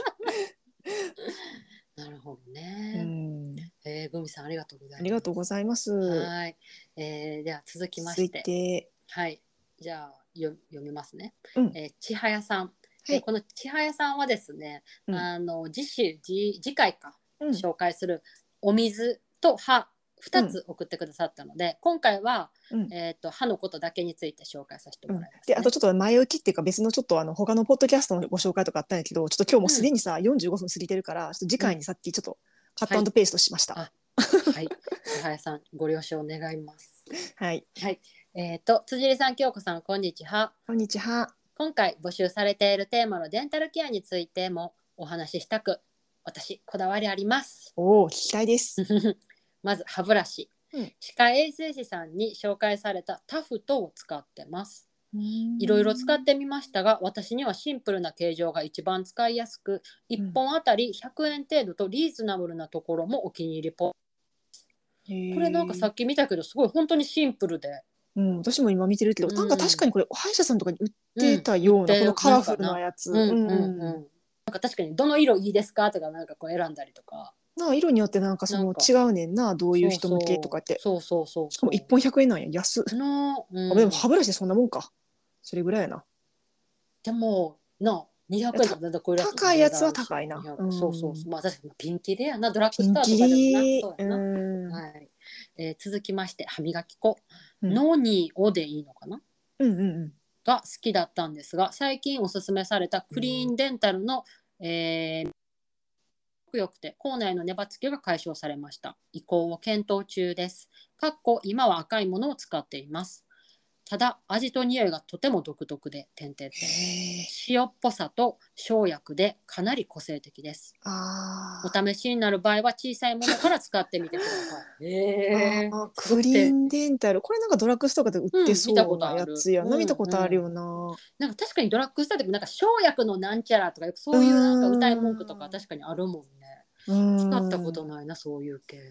な。なるほどうね。 ん。 えー、グミさんありがとうござありがとうごいます。 ざいます。 はい。えー、では続きま続いして、 て、 はい。じゃあ読読みますね。 うん。 えー、ちはやさん。 はい。 えーこのちはやさんはですね、 うん。 あの次週次次回かうん。 紹介するお水と歯2 うん。 つ送ってくださったので、今回は、 うん。 えー、と歯のことだけについて紹介させてもうん。で、あとらいますね。 ちょっと前置きっていうか別のちょっとあの他のポッドキャストのご紹介とかあったんやけど、ちょっと今日もううんすでにさ、よんじゅうごふん過ぎてるから、ちょっと次うん。 回にさっきちょっとカッはい。 トペーストしました。 あ、はい。千早さんご了承願います。 はい。 はい。えっ、と辻里さん、京子さん、こんにちは。 こんにちは。 今回募集されているテーマのデンタルケアについてもお話ししたく、私こだわりあります。 おお、聞きたいです。 まず歯ブラシ、 うん。 歯科衛生士さんに紹介されたタフトを使ってます。 うーいろいろ使っん。 てみましたが、私にはシンプルな形状が一番使いやすく、1 うん。 本あたりひゃくえん程度とリーズナブルなところもお気に入りポイント。 へこれなんかさえ。 っき見たけどすごい本当にシンプルで、 うん、私も今見てるけど、 うなんか確かんにこれ歯医者さんとかに売ってうん、売ったような、このてカラフルななんかな、 やつ。ううんうんうん。 ん、なんか確かにどの色いいですかとかなんかこう選んだりとか、 なあ、色によってなんかそのなんか違うねんな、どういうそう人向けとかそうって。 そうそうそうしかも1 そ本ひゃくえんなんや、安っ。 うの、 あ、でもうん、 歯ブラシでそんなもんか。それぐらいやな。 でもなにひゃくえんとたかだんだん超えるやつとかも高いやつは全然あるし、 高いな。うにひゃく、そうそうそん。 う、まあ確かにピンキリやな、ドラッグストアピンキとかでもな、 リ。うそうやな。 ん。 はい。えー続きまして歯磨き粉、 うん。 ノニオでいいのかな。 うんうんうん。 が好きだったんですが、最近おすすめされたクリーンデンタルの、えーよくて口内のネバつきが解消されました。移行を検討中です。かっこ今は赤いものを使っています。ただ味と匂いがとても独特で点々点塩っぽさと生薬でかなり個性的です。 あお試しになる場合は小さいものから使ってみてください。えあー、すごくてクリーンデンタルこれなんかドラッグストアで売ってうん見たそうなことある。 やつやな、 うん見たことあるうんよな。 なんか確かにドラッグストアでもなんか生薬のなんちゃらとかよくうそういうなんか歌い文句とかーん確かにあるもんね。 う使ったこーんとないなそういう系。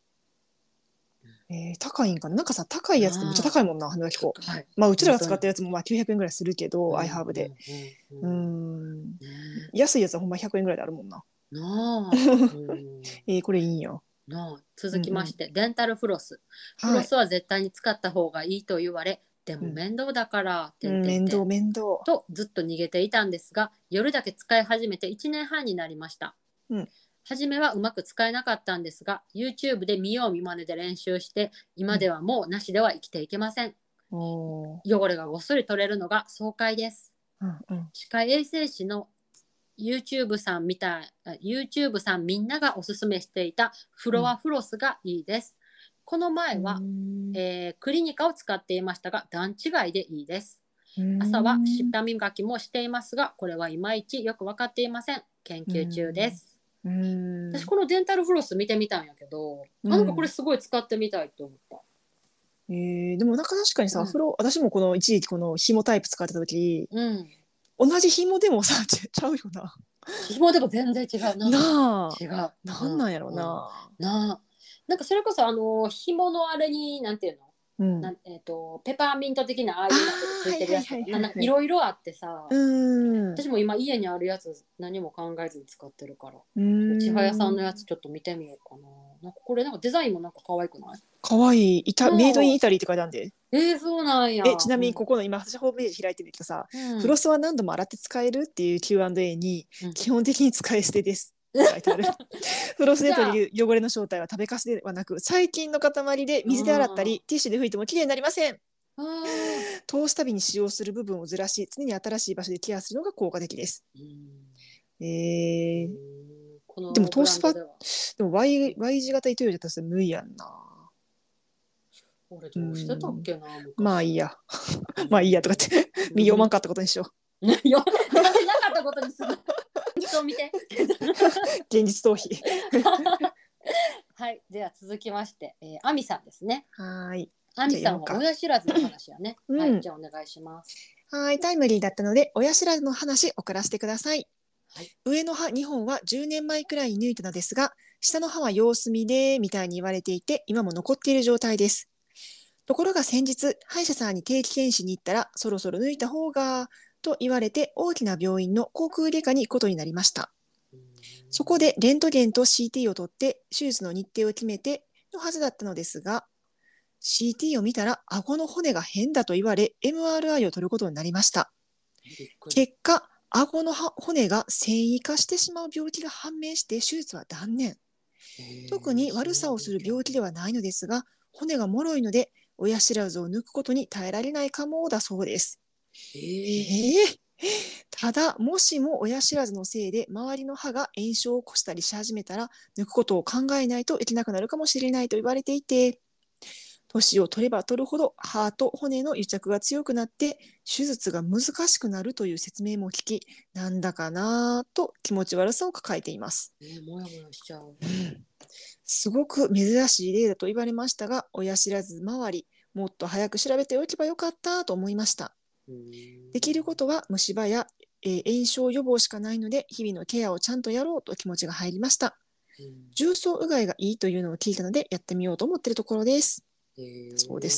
えー、高いんかな。なんかさ高いやつってめっちゃなあ高いもんな歯磨き粉。 高い。 まあうちらが使本当に。 ったやつもまあきゅうひゃくえんぐらいするけど、 うんアイハーブで。 うんうーうんうん。 んね安いやつはほんまひゃくえんぐらいであるもんな。 えなあ。うんえー、これいいんや。 なあ続きうんうん。 ましてデンタルフロス。フはい。 ロスは絶対に使った方がいいと言われ、でうん。 も面倒だからうん、面倒点々点面倒。 とずっと逃げていたんですが、夜だけ使い始めていちねんはんになりました。 うん。 初めはうまく使えなかったんですが、YouTube で見よう見まねで練習して、今うんではもうなしでは生きていけません。 おー汚れがごっそり取れるのが爽快です。 うんうん歯科衛生士の YouTube さんみたい、YouTube さんみんながおすすめしていたフロアフロスがいいです。このう前は、 んえークリニカを使っていましたが、段違いでいいです。 うー朝はん舌磨きもしていますが、これはいまいちよく分かっていません。研う究中でんす。 うーん私このデンタルフロス見てみたんやけど、あなんかこれうんすごい使ってみたいと思った。 えー、でもなんか確かにさ、 うん風呂私もこの一時期この紐タイプ使ってた時うん。 同じ紐でもさちちゃうよな。 紐でも全然違う。なんかなあ違う。 なんなんやろうんうんな。 なあ。なんかそれこそあの紐のあれになんていうのうんなんえー、とペパーミント的なあああいうなんていうのつーいてるやつとはいはいはいかなないはいはいろいろあってさ、 うーん私も今家にあるやつ何も考えずに使ってるから、 うーん千早さんのやつちょっと見てみようかな。なんかこれなんかデザインもなんか可愛くない？ かわいいイタメイドインもイタリーって書いてあるんでうえー、そうなんや。 えちなみにうんここの今私ホームページ開いてるけどさ、 うんフロスは何度も洗って使えるっていう キューアンドエー にうん基本的に使い捨てですって書いてあるフロスでじゃあ、 取り汚れの正体は食べかすではなく細菌の塊でう水で洗ったん、 りティッシュで拭いてもきれいになりません。 あー通すたびに使用する部分をずらし常に新しい場所でケアするのが効果的です。 うんえー、 うんこでものトースパブランドではでも Y, Y 字型糸よりだったら無理やんな。 俺うどうしてたっんけな昔。 まあいいやまあいいやとかって身をまんかったことにしよいやなんでなかったことにするの？人を見て。 う現実逃避はい、では続きまして、えー、アミさんですね。 はーいアミさんは親知らずの話やね。 うんはい、じゃあお願いします。 はい、タイムリーだったので、親知らずの話送らせてください。 はい、 上の歯にほんはじゅうねんまえくらいに抜いたのですが、下の歯は様子見で、みたいに言われていて、今も残っている状態です。ところが先日、歯医者さんに定期検診に行ったら、そろそろ抜いた方が、と言われて、大きな病院の口腔外科に行くことになりました。そこで、レントゲンと シーティー を取って、手術の日程を決めて、のはずだったのですが、シーティー を見たら顎の骨が変だと言われ エムアールアイ を取ることになりました。 びっくり。 結果、顎の骨が繊維化してしまう病気が判明して手術は断念。特に悪さをする病気ではないのですが、骨が脆いので親知らずを抜くことに耐えられないかもだそうです。 ええー、 ーただ、もしも親知らずのせいで周りの歯が炎症を起こしたりし始めたら、抜くことを考えないといけなくなるかもしれないと言われていて、年を取れば取るほど歯と骨の癒着が強くなって手術が難しくなるという説明も聞き、なんだかなぁと気持ち悪さを抱えています。 えー、もやもやしちゃう。 すごく珍しい例だと言われましたが、親知らず周り、もっと早く調べておけばよかったと思いました。できることは虫歯や、えー炎症予防しかないので、日々のケアをちゃんとやろうと気持ちが入りました。重曹うがいがいいというのを聞いたので、やってみようと思っているところです。 えー、 そうです。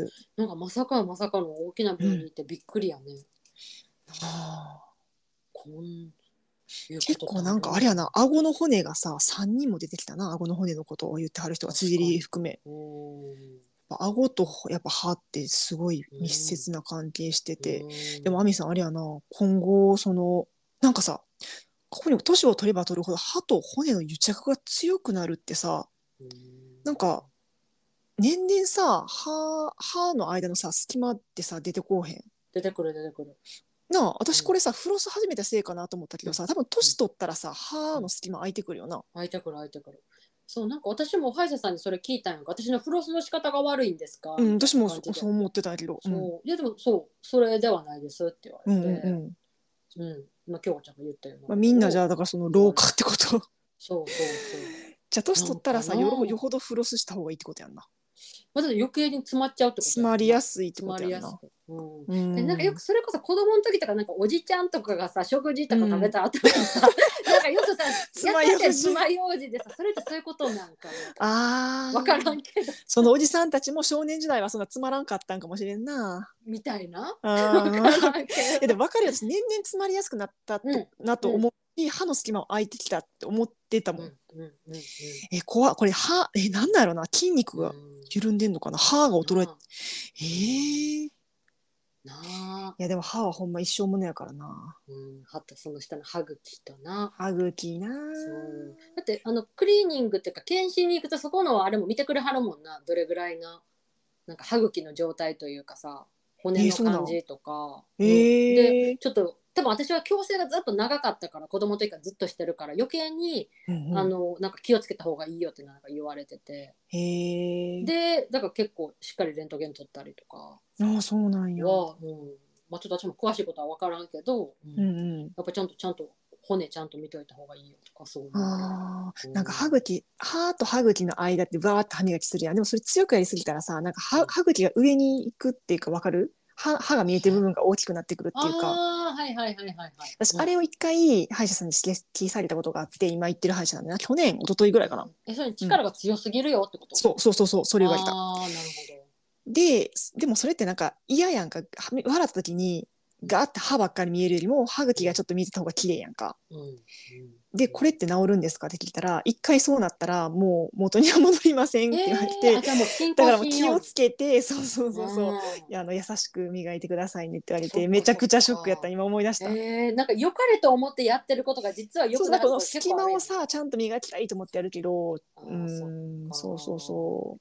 なんかまさかまさかの大きな病院に行ってびっくりやね。 はあこんいう結こと構なんかあれやな、顎の骨がさ、さんにんも出てきたな、顎の骨のことを言ってはる人が辻り含め。顎とやっぱ歯ってすごい密接な関係してて、でも亜美さんあれやな、今後そのなんかさ、ここに年を取れば取るほど歯と骨の癒着が強くなるってさ、なんか年々さ、歯歯の間のさ隙間ってさ出てこうへん。 出てくる出てくる。 なあ、私これさ、フロス始めたせいかなと思ったけどさ、多分年取ったらさ、歯の隙間空いてくるよな。 開いてくる開いてくる。そう、なんか私も歯医者さんにそれ聞いたんやんか。私のフロスの仕方が悪いんですか、 うん、 みたい私もな感じで。 そそう思ってたけど。うん、 そういやでもそうそれではないですって言わうん、 れて、 うん。 うん、まあ京子ちゃんが言ったようなまあ、 ことをみんなじゃあ、だからその老化ってこと。 そうそうそう。 じゃあ、年なん取ったらさ、 かなよろよほどフロスした方がいいってことやんな。 まだ余計に詰まっちゃうってこと詰まりやんな。 やすいって詰ことやんな。 まりやすく。うん、 うでなんかよん。 くそれこそ子供の時とかなんかおじちゃんとかがさ食事とか食べうん。 た後にさ、なんかよくさやったって爪楊枝。 爪楊枝でさ、それってそういうことなんかあわからあ。 んけどそのおじさんたちも少年時代はそんなつまらんかったんかもしれんな。 みたいなわああ。 からんけえ、でど。 も分かるよ。私年々詰まりやすくなったと、 うん、 なと思い、歯の隙間を空いてきたって思ってたもん。 うんうんうんうんえ、怖っこれ歯、え、なんだろうな。筋肉がうん緩んでんのかな。歯が衰え、 なあえー、いなあ、 やでも歯はほんま一生ものやからな。 うん、はたその下の歯茎とな。 歯茎な。 そうだってあのクリーニングっていうか検診に行くとそこのあれも見てくれはるもんな、どれぐらいななんか歯茎の状態というかさ骨えー、 のそうなん。 感じとか、 えうん、でー、 ちょっと多分私は矯正がずっと長かったから子供の時からずっとしてるから余計にうんうあのなんか気をつけた方がいいよってなんか言われてて、 ん。へえ。 でだから結構しっかりレントゲン取ったりとかああ、そうなんや。 は、うんまあ、ちょっと私も詳しいことは分からんけど、うん、 うんうん。 やっぱちゃんとちゃんと骨ちゃんと見といた方がいいよとかそういうのは言われる。 ああ、 うんなんか歯茎、歯と歯茎の間ってバーって歯磨きするやん。でもそれ強くやりすぎたらさ、なんか歯、 うん歯茎が上に行くっていうかわかる？歯、歯が見えてる部分が大きくなってくるっていうか。 ああ、はいはいはいはいはい。 私、 うん。 あれを一回歯医者さんに指摘されたことがあって、今行ってる歯医者なんだな。去年、一昨日ぐらいかな。 え、それうん。 力が強すぎるよってこと？ そうそうそうそう、それ言われた。 ああ、なるほで、でもそれってなんか嫌やんか。は笑った時に、ガーって歯ばっかり見えるよりも、歯茎がちょっと見えてた方が綺麗やんか。 ど。うん。うん。 で、これって治るんですかって聞いたら、一回そうなったら、もう元には戻りませんって言われええー、 て、 あ、じゃあもう進だか行らもう気をしんように。 つけて、そうそうそうそう、 うん。 いやあの優しく磨いてくださいねって言われて、 そっかそっめちゃくちゃショックやった。 か。 今思い出した。 ええー、なんか良かれと思ってやってることが実は良そう、なんかこのくなること結隙構あるやんな。 間をさ、ちゃんと磨きたいと思ってやるけど、うああ、そっーん、 か。 そうそうそう。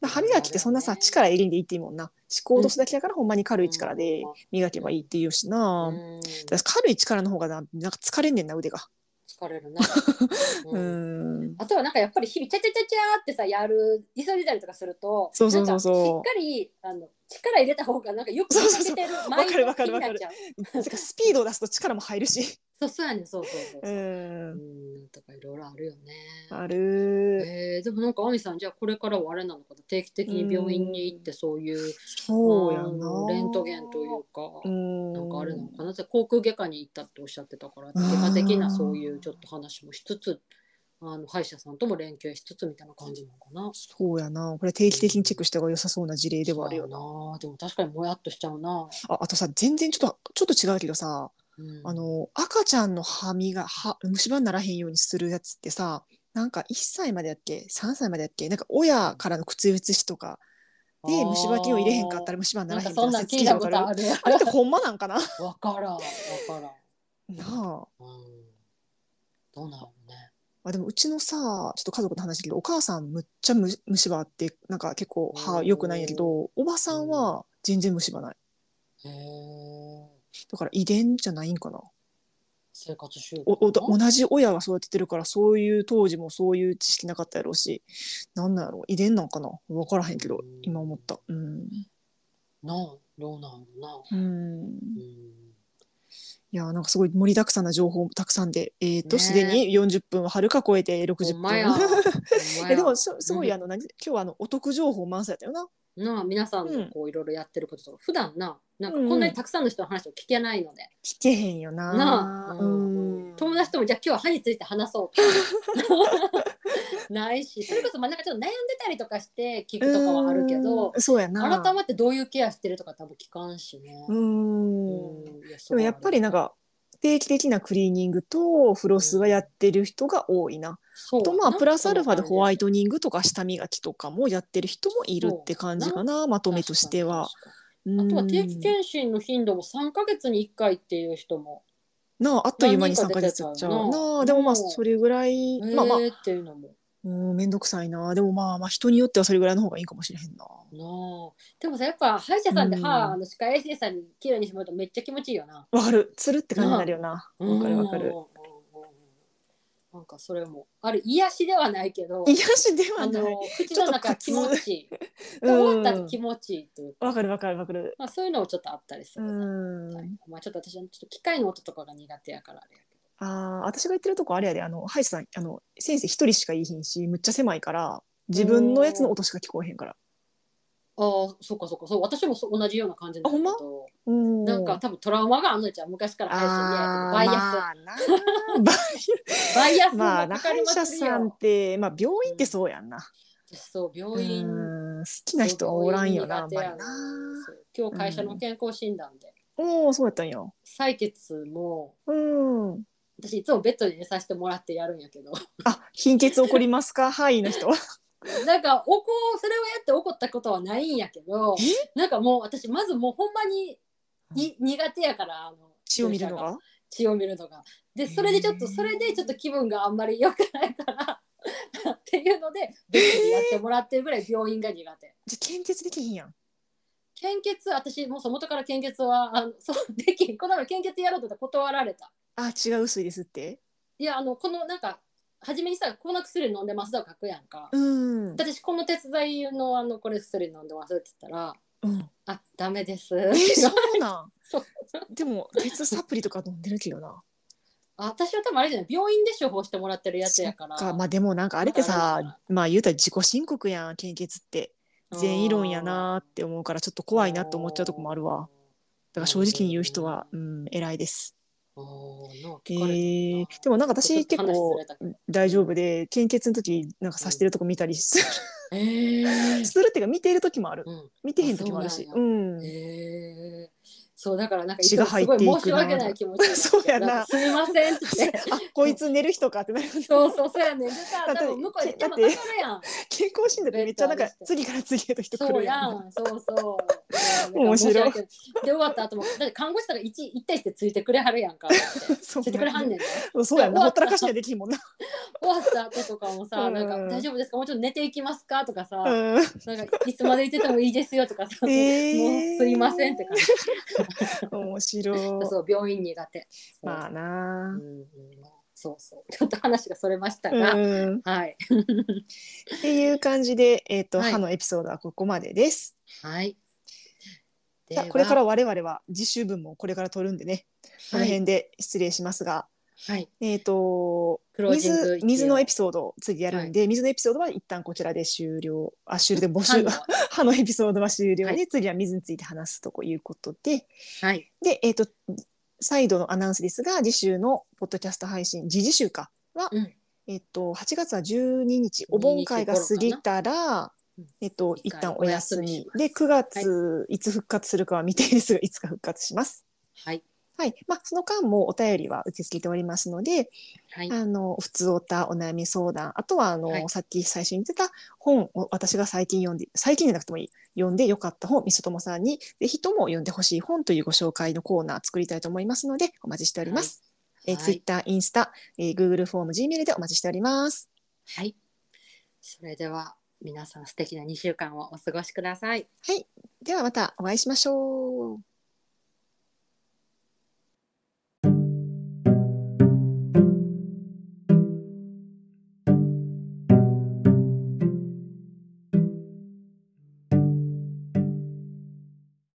い歯磨きってろいろあるよそんなさ、力ね。 入れんでいいっていいもんな。歯垢うん。 落とすだけだからほんまに軽いほんま力でほんま。 磨けばいいって言うしな。 うん。うん。 私軽い力の方がな、なんか疲れんねんな、腕が。 疲れるな。 ううん。 ーん。 あとはなんかやっぱり日々チャチャチャチャってさやる急いだりとかするとそうそうそうなんかしっかそう。 りあの力入れた方がなんかよくそうそうそう。 見かけてるマインドわかるわかるわかる。 になっちゃう。 てかスピードを出すと力も入るし。 そうそうやねそうそうそううそう。うん。 んなんとかいろいろあるよね。 ある。 えー、でもなんか亜美さんじゃあこれからはあれなのかな、定期的うに病院に行っん。 てそういうあそうやな。 のレントゲンというかうなんかあれなん。 のかな、航空外科に行ったっておっしゃってたからあ外科的なそういうちょっーと話もしつつあの歯医者さんとも連携しつつみたいな感じなのかな。 そうやな。これ定期的にチェックうん、 した方が良さそうな事例ではあそうやるよな。 な。でも確かにもやっとしちゃうな。 あ、あとさ、全然ちょっと、ちょっと違うけどさ、 うん。 あの、赤ちゃんの歯磨歯、虫歯にならへんようにするやつってさ、なんかいっさいまでやっけ ?さん 歳までやっけなんか親からの口移しとかあで虫歯菌を入れへんかったらあ、 虫歯にななんからへんみたいなそんなん聞い説聞いたことある？ たことある。 あれってほんまなんかな？ わからん、わからん。 なあ。 うん。どうなのね。 あ、でもうちのさ、ちょっと家族の話だけど、お母さんむっちゃむ虫歯あって、なんか結構歯良くないんやけおど、おばさんー、 は全然虫歯ない。 うん、へえ。 だから遺伝じゃないんかな。 生活習慣おおか同じ親が育ててるから、そういう当時もそういう知識なかったやろうし、なんなんやろ、遺伝なんかな分からへんけど、 うん。 今思った。うん。 なあ、どうなのな。 うん。 うん。 いやーなんかすごい盛りだくさんな情報たくさんで、えっと、すでねえ。 によんじゅっぷんははるか超えて60 ほんまや。 分。 ほんまえ、でや。 もす、すごい、 うん。 あの、何、今日はあの、お得情報満載だったよな。 なあ、皆さんうん。 のこういろいろやってることとか、普段な、なんかこんなにうんうん。 たくさんの人の話を聞けないので。 聞けへんよなあ、 な。ううんうん、友ん。 達ともじゃあ今日は歯について話そうとかもないし、それこそまあなんかちょっと悩んでたりとかして聞くとかはあるけど、 うーん。そうやな。 改まってどういうケアしてるとか多分聞かんしうね。うん。 ん、いやすでもやっごいありがたい。 ぱりなんか、定期的なクリーニングとフロうん、 スはやってる人が多いな。と、まあ、 そうやな、 プラスそのアルファでホワ感じやと。 イトニングとか下磨きとかもやってる人もいるっそて感うやな。 じかな、まとめと確かに確しては。 かに。 うあとは定期ん。 検診の頻度もさんかげつにいっかいっていう人もなあ、あっという間に3 何人か出ヶてたよ月経っちゃう。なな。 あ、でもまあ、そもれぐらい、 う、 まあまあ、 えーっていうのも。 うん、めんどくさいな。でもまあまあ人によってはそれぐらいの方がいいかもしれへんな。 のでもさ、やっぱ歯医者さんで歯、 うんあの歯科衛生士さんに綺麗にしてもらうとめっちゃ気持ちいいよな。 わかる。つるって感じになるよな。 なわかるわかる。 うんうんうんうんなんかそれもあれ癒しではないけど、 癒しではあない。 の口の中気持ちいい。でうん終わった後気持ちいいというか、 わかるわかるわかる。 まあ、そういうのもちょっとあったりすうるな。 ん。 はいまあ、ちょっと私はちょっと機械の音とかが苦手やからあれやけああ、私が言ってるとこあれやで、あの、歯医者さん、あの、先生一人しかいいひんし、むっちゃ狭いから、自分のやつのど。 音しか聞こえへんから。 ああ、そっかそっか、そう、私もそう同じような感じあ、 なんやほんまけど、 うん。 なんか多分トラウマがあんのじゃん。昔から歯医者嫌やってて、 ああ、 バイアス。 まあな。ババイアスまあな、 もかかりま歯医者さんっくりよ。 て、まあ病うん、 院ってそうやんな。 私そう、 う病院、 ーん、好きなそう、 人はおらん病院よな、あんまり苦手やね。 な。 そう、今日会社のうん。 健康診断で、 おお、そうやったんや。 採血も、 うん。 私いつもベッドで寝させてもらってやるんやけど、 あ、貧血起こりますかはいの人。 なんかおこそれをやって怒ったことはないんやけど、 えなんかもう私まずもうほんまにい苦手やから、あの血を注射が見るのが血を見るのが。でそれでちょっとそれでちょっと気分があんまり良くないからっていうのでベッドでやってもらってるぐらい病院が苦手。 じゃあ献血できひんやん。 献血、私もうそ元から献血はあのそうできん。この前献血やろうと思ったら断られた。 あ、血が薄いですって。 いや、あのこのなんか初めにさ、この薬飲んでますとか書くやんか。 うん。 私この手伝いのあのこれ薬飲んでますって言ったら、 うん。 あ、ダメですっえー、 て言そわれて。 うなん。 そう。 でも、鉄サプリとか飲んでるけどな。 あ、私は多分あれじゃない、病院で処方してもらってるやつそっやから、 か。まあでもなんかあれまってさ、 だあるんじゃない。 まあ言うたら自己申告やん、献血って。 あ全員論やなーっーて思うから、ちょっとあ怖いなって思っちゃうとこもあるわ。だからー、なるほど正直に言う人は、 ね。 うん、偉いです。 あーなんかえ聞かれたもんな。 ー、でもなんかちょっ私と話ず結構れたけど。 大丈夫うん。 で、献血の時なんかうん。 さしてるとこ見たりする。 えー、 するっていうか見ている時もある。 うん。 見てあ、 へん時もあるし。 そうなんや。 うん。 えー、そうだからなんかい血つもすごいが入ってい申し訳くなとか。 ない気持ちになって、なんかそうやな。 すみませんって言って。 あ、こいつ寝る人かってなるよね。 そうそうそうやねん。でさ、 だっ多分向こうでて、 手間かかだってるやん。 健康診断ってベッめっちゃなんかドあれして。 次から次へと人来そうるやんな。 やん、そうそう。もうだから面白い。 申し訳ない。で終わった後も、だって看護師さんが一一対してついてくれはるやんか、だって。 そうついてくなんや。 れはんねんで。 そうやんな。 で終わった、 ほったらかしにはできんもんな。 終わった後とかもうさ、なんか大ん。 丈夫ですか、もうちょっと寝ていきますかとかさ、 うん。 なんかいつまでいててもいいですよとかさ、もう、もうすいませんって感じ。 えー、面白そう、病院苦手。 い。 そうまあうな。 ん、そうそう。ちょっと話がそれましたが、 うん。っはい。 ていう感じで、えっと、 はい。 歯のエピソードはここまでです。 はい。 じゃあ、 では、 これから我々は次週分もこれから取るんでね、このはい。 辺で失礼しますが、 はい。 えっと、 クロージン水、 グ一応。 水のエピソードを次やるはい。 んで、水のエピソードは一旦こちらで終了。あ、終了で募集。 歯の、 歯のエピソードは終了で、 はい。 次は水について話すということで、 はい。 で、えっと、再度のアナウンスですが、次週のポッドキャスト配信、次々週かは、 うん。 えっと、はちがつはじゅうににち、おに盆会が過日頃かな。 ぎたら、 うん。 えっと、 一一旦お回お休休み。で、 みします。 9 はい。 月、いつ復活するかは未定ですが、いつか復活します。 はい。 はい。まあ、その間もお便りは受け付けておりますので、 はい。 あの、普通おた、お悩み相談、あとは、あの、 はい。 さっき最初に言ってた本を私が最近読んで、最近じゃなくてもいい、読んでよかった本、みそともさんに、ぜひとも読んでほしい本というご紹介のコーナー作りたいと思いますので、お待ちしておりはい。 ます。えー、 はい。 Twitter、インスタ、えー、Google フォーム、Gmail でお待ちしております。 はい。それでは、皆さん素敵なにしゅうかんをお過ごしください。 はい。ではまたお会いしましょう。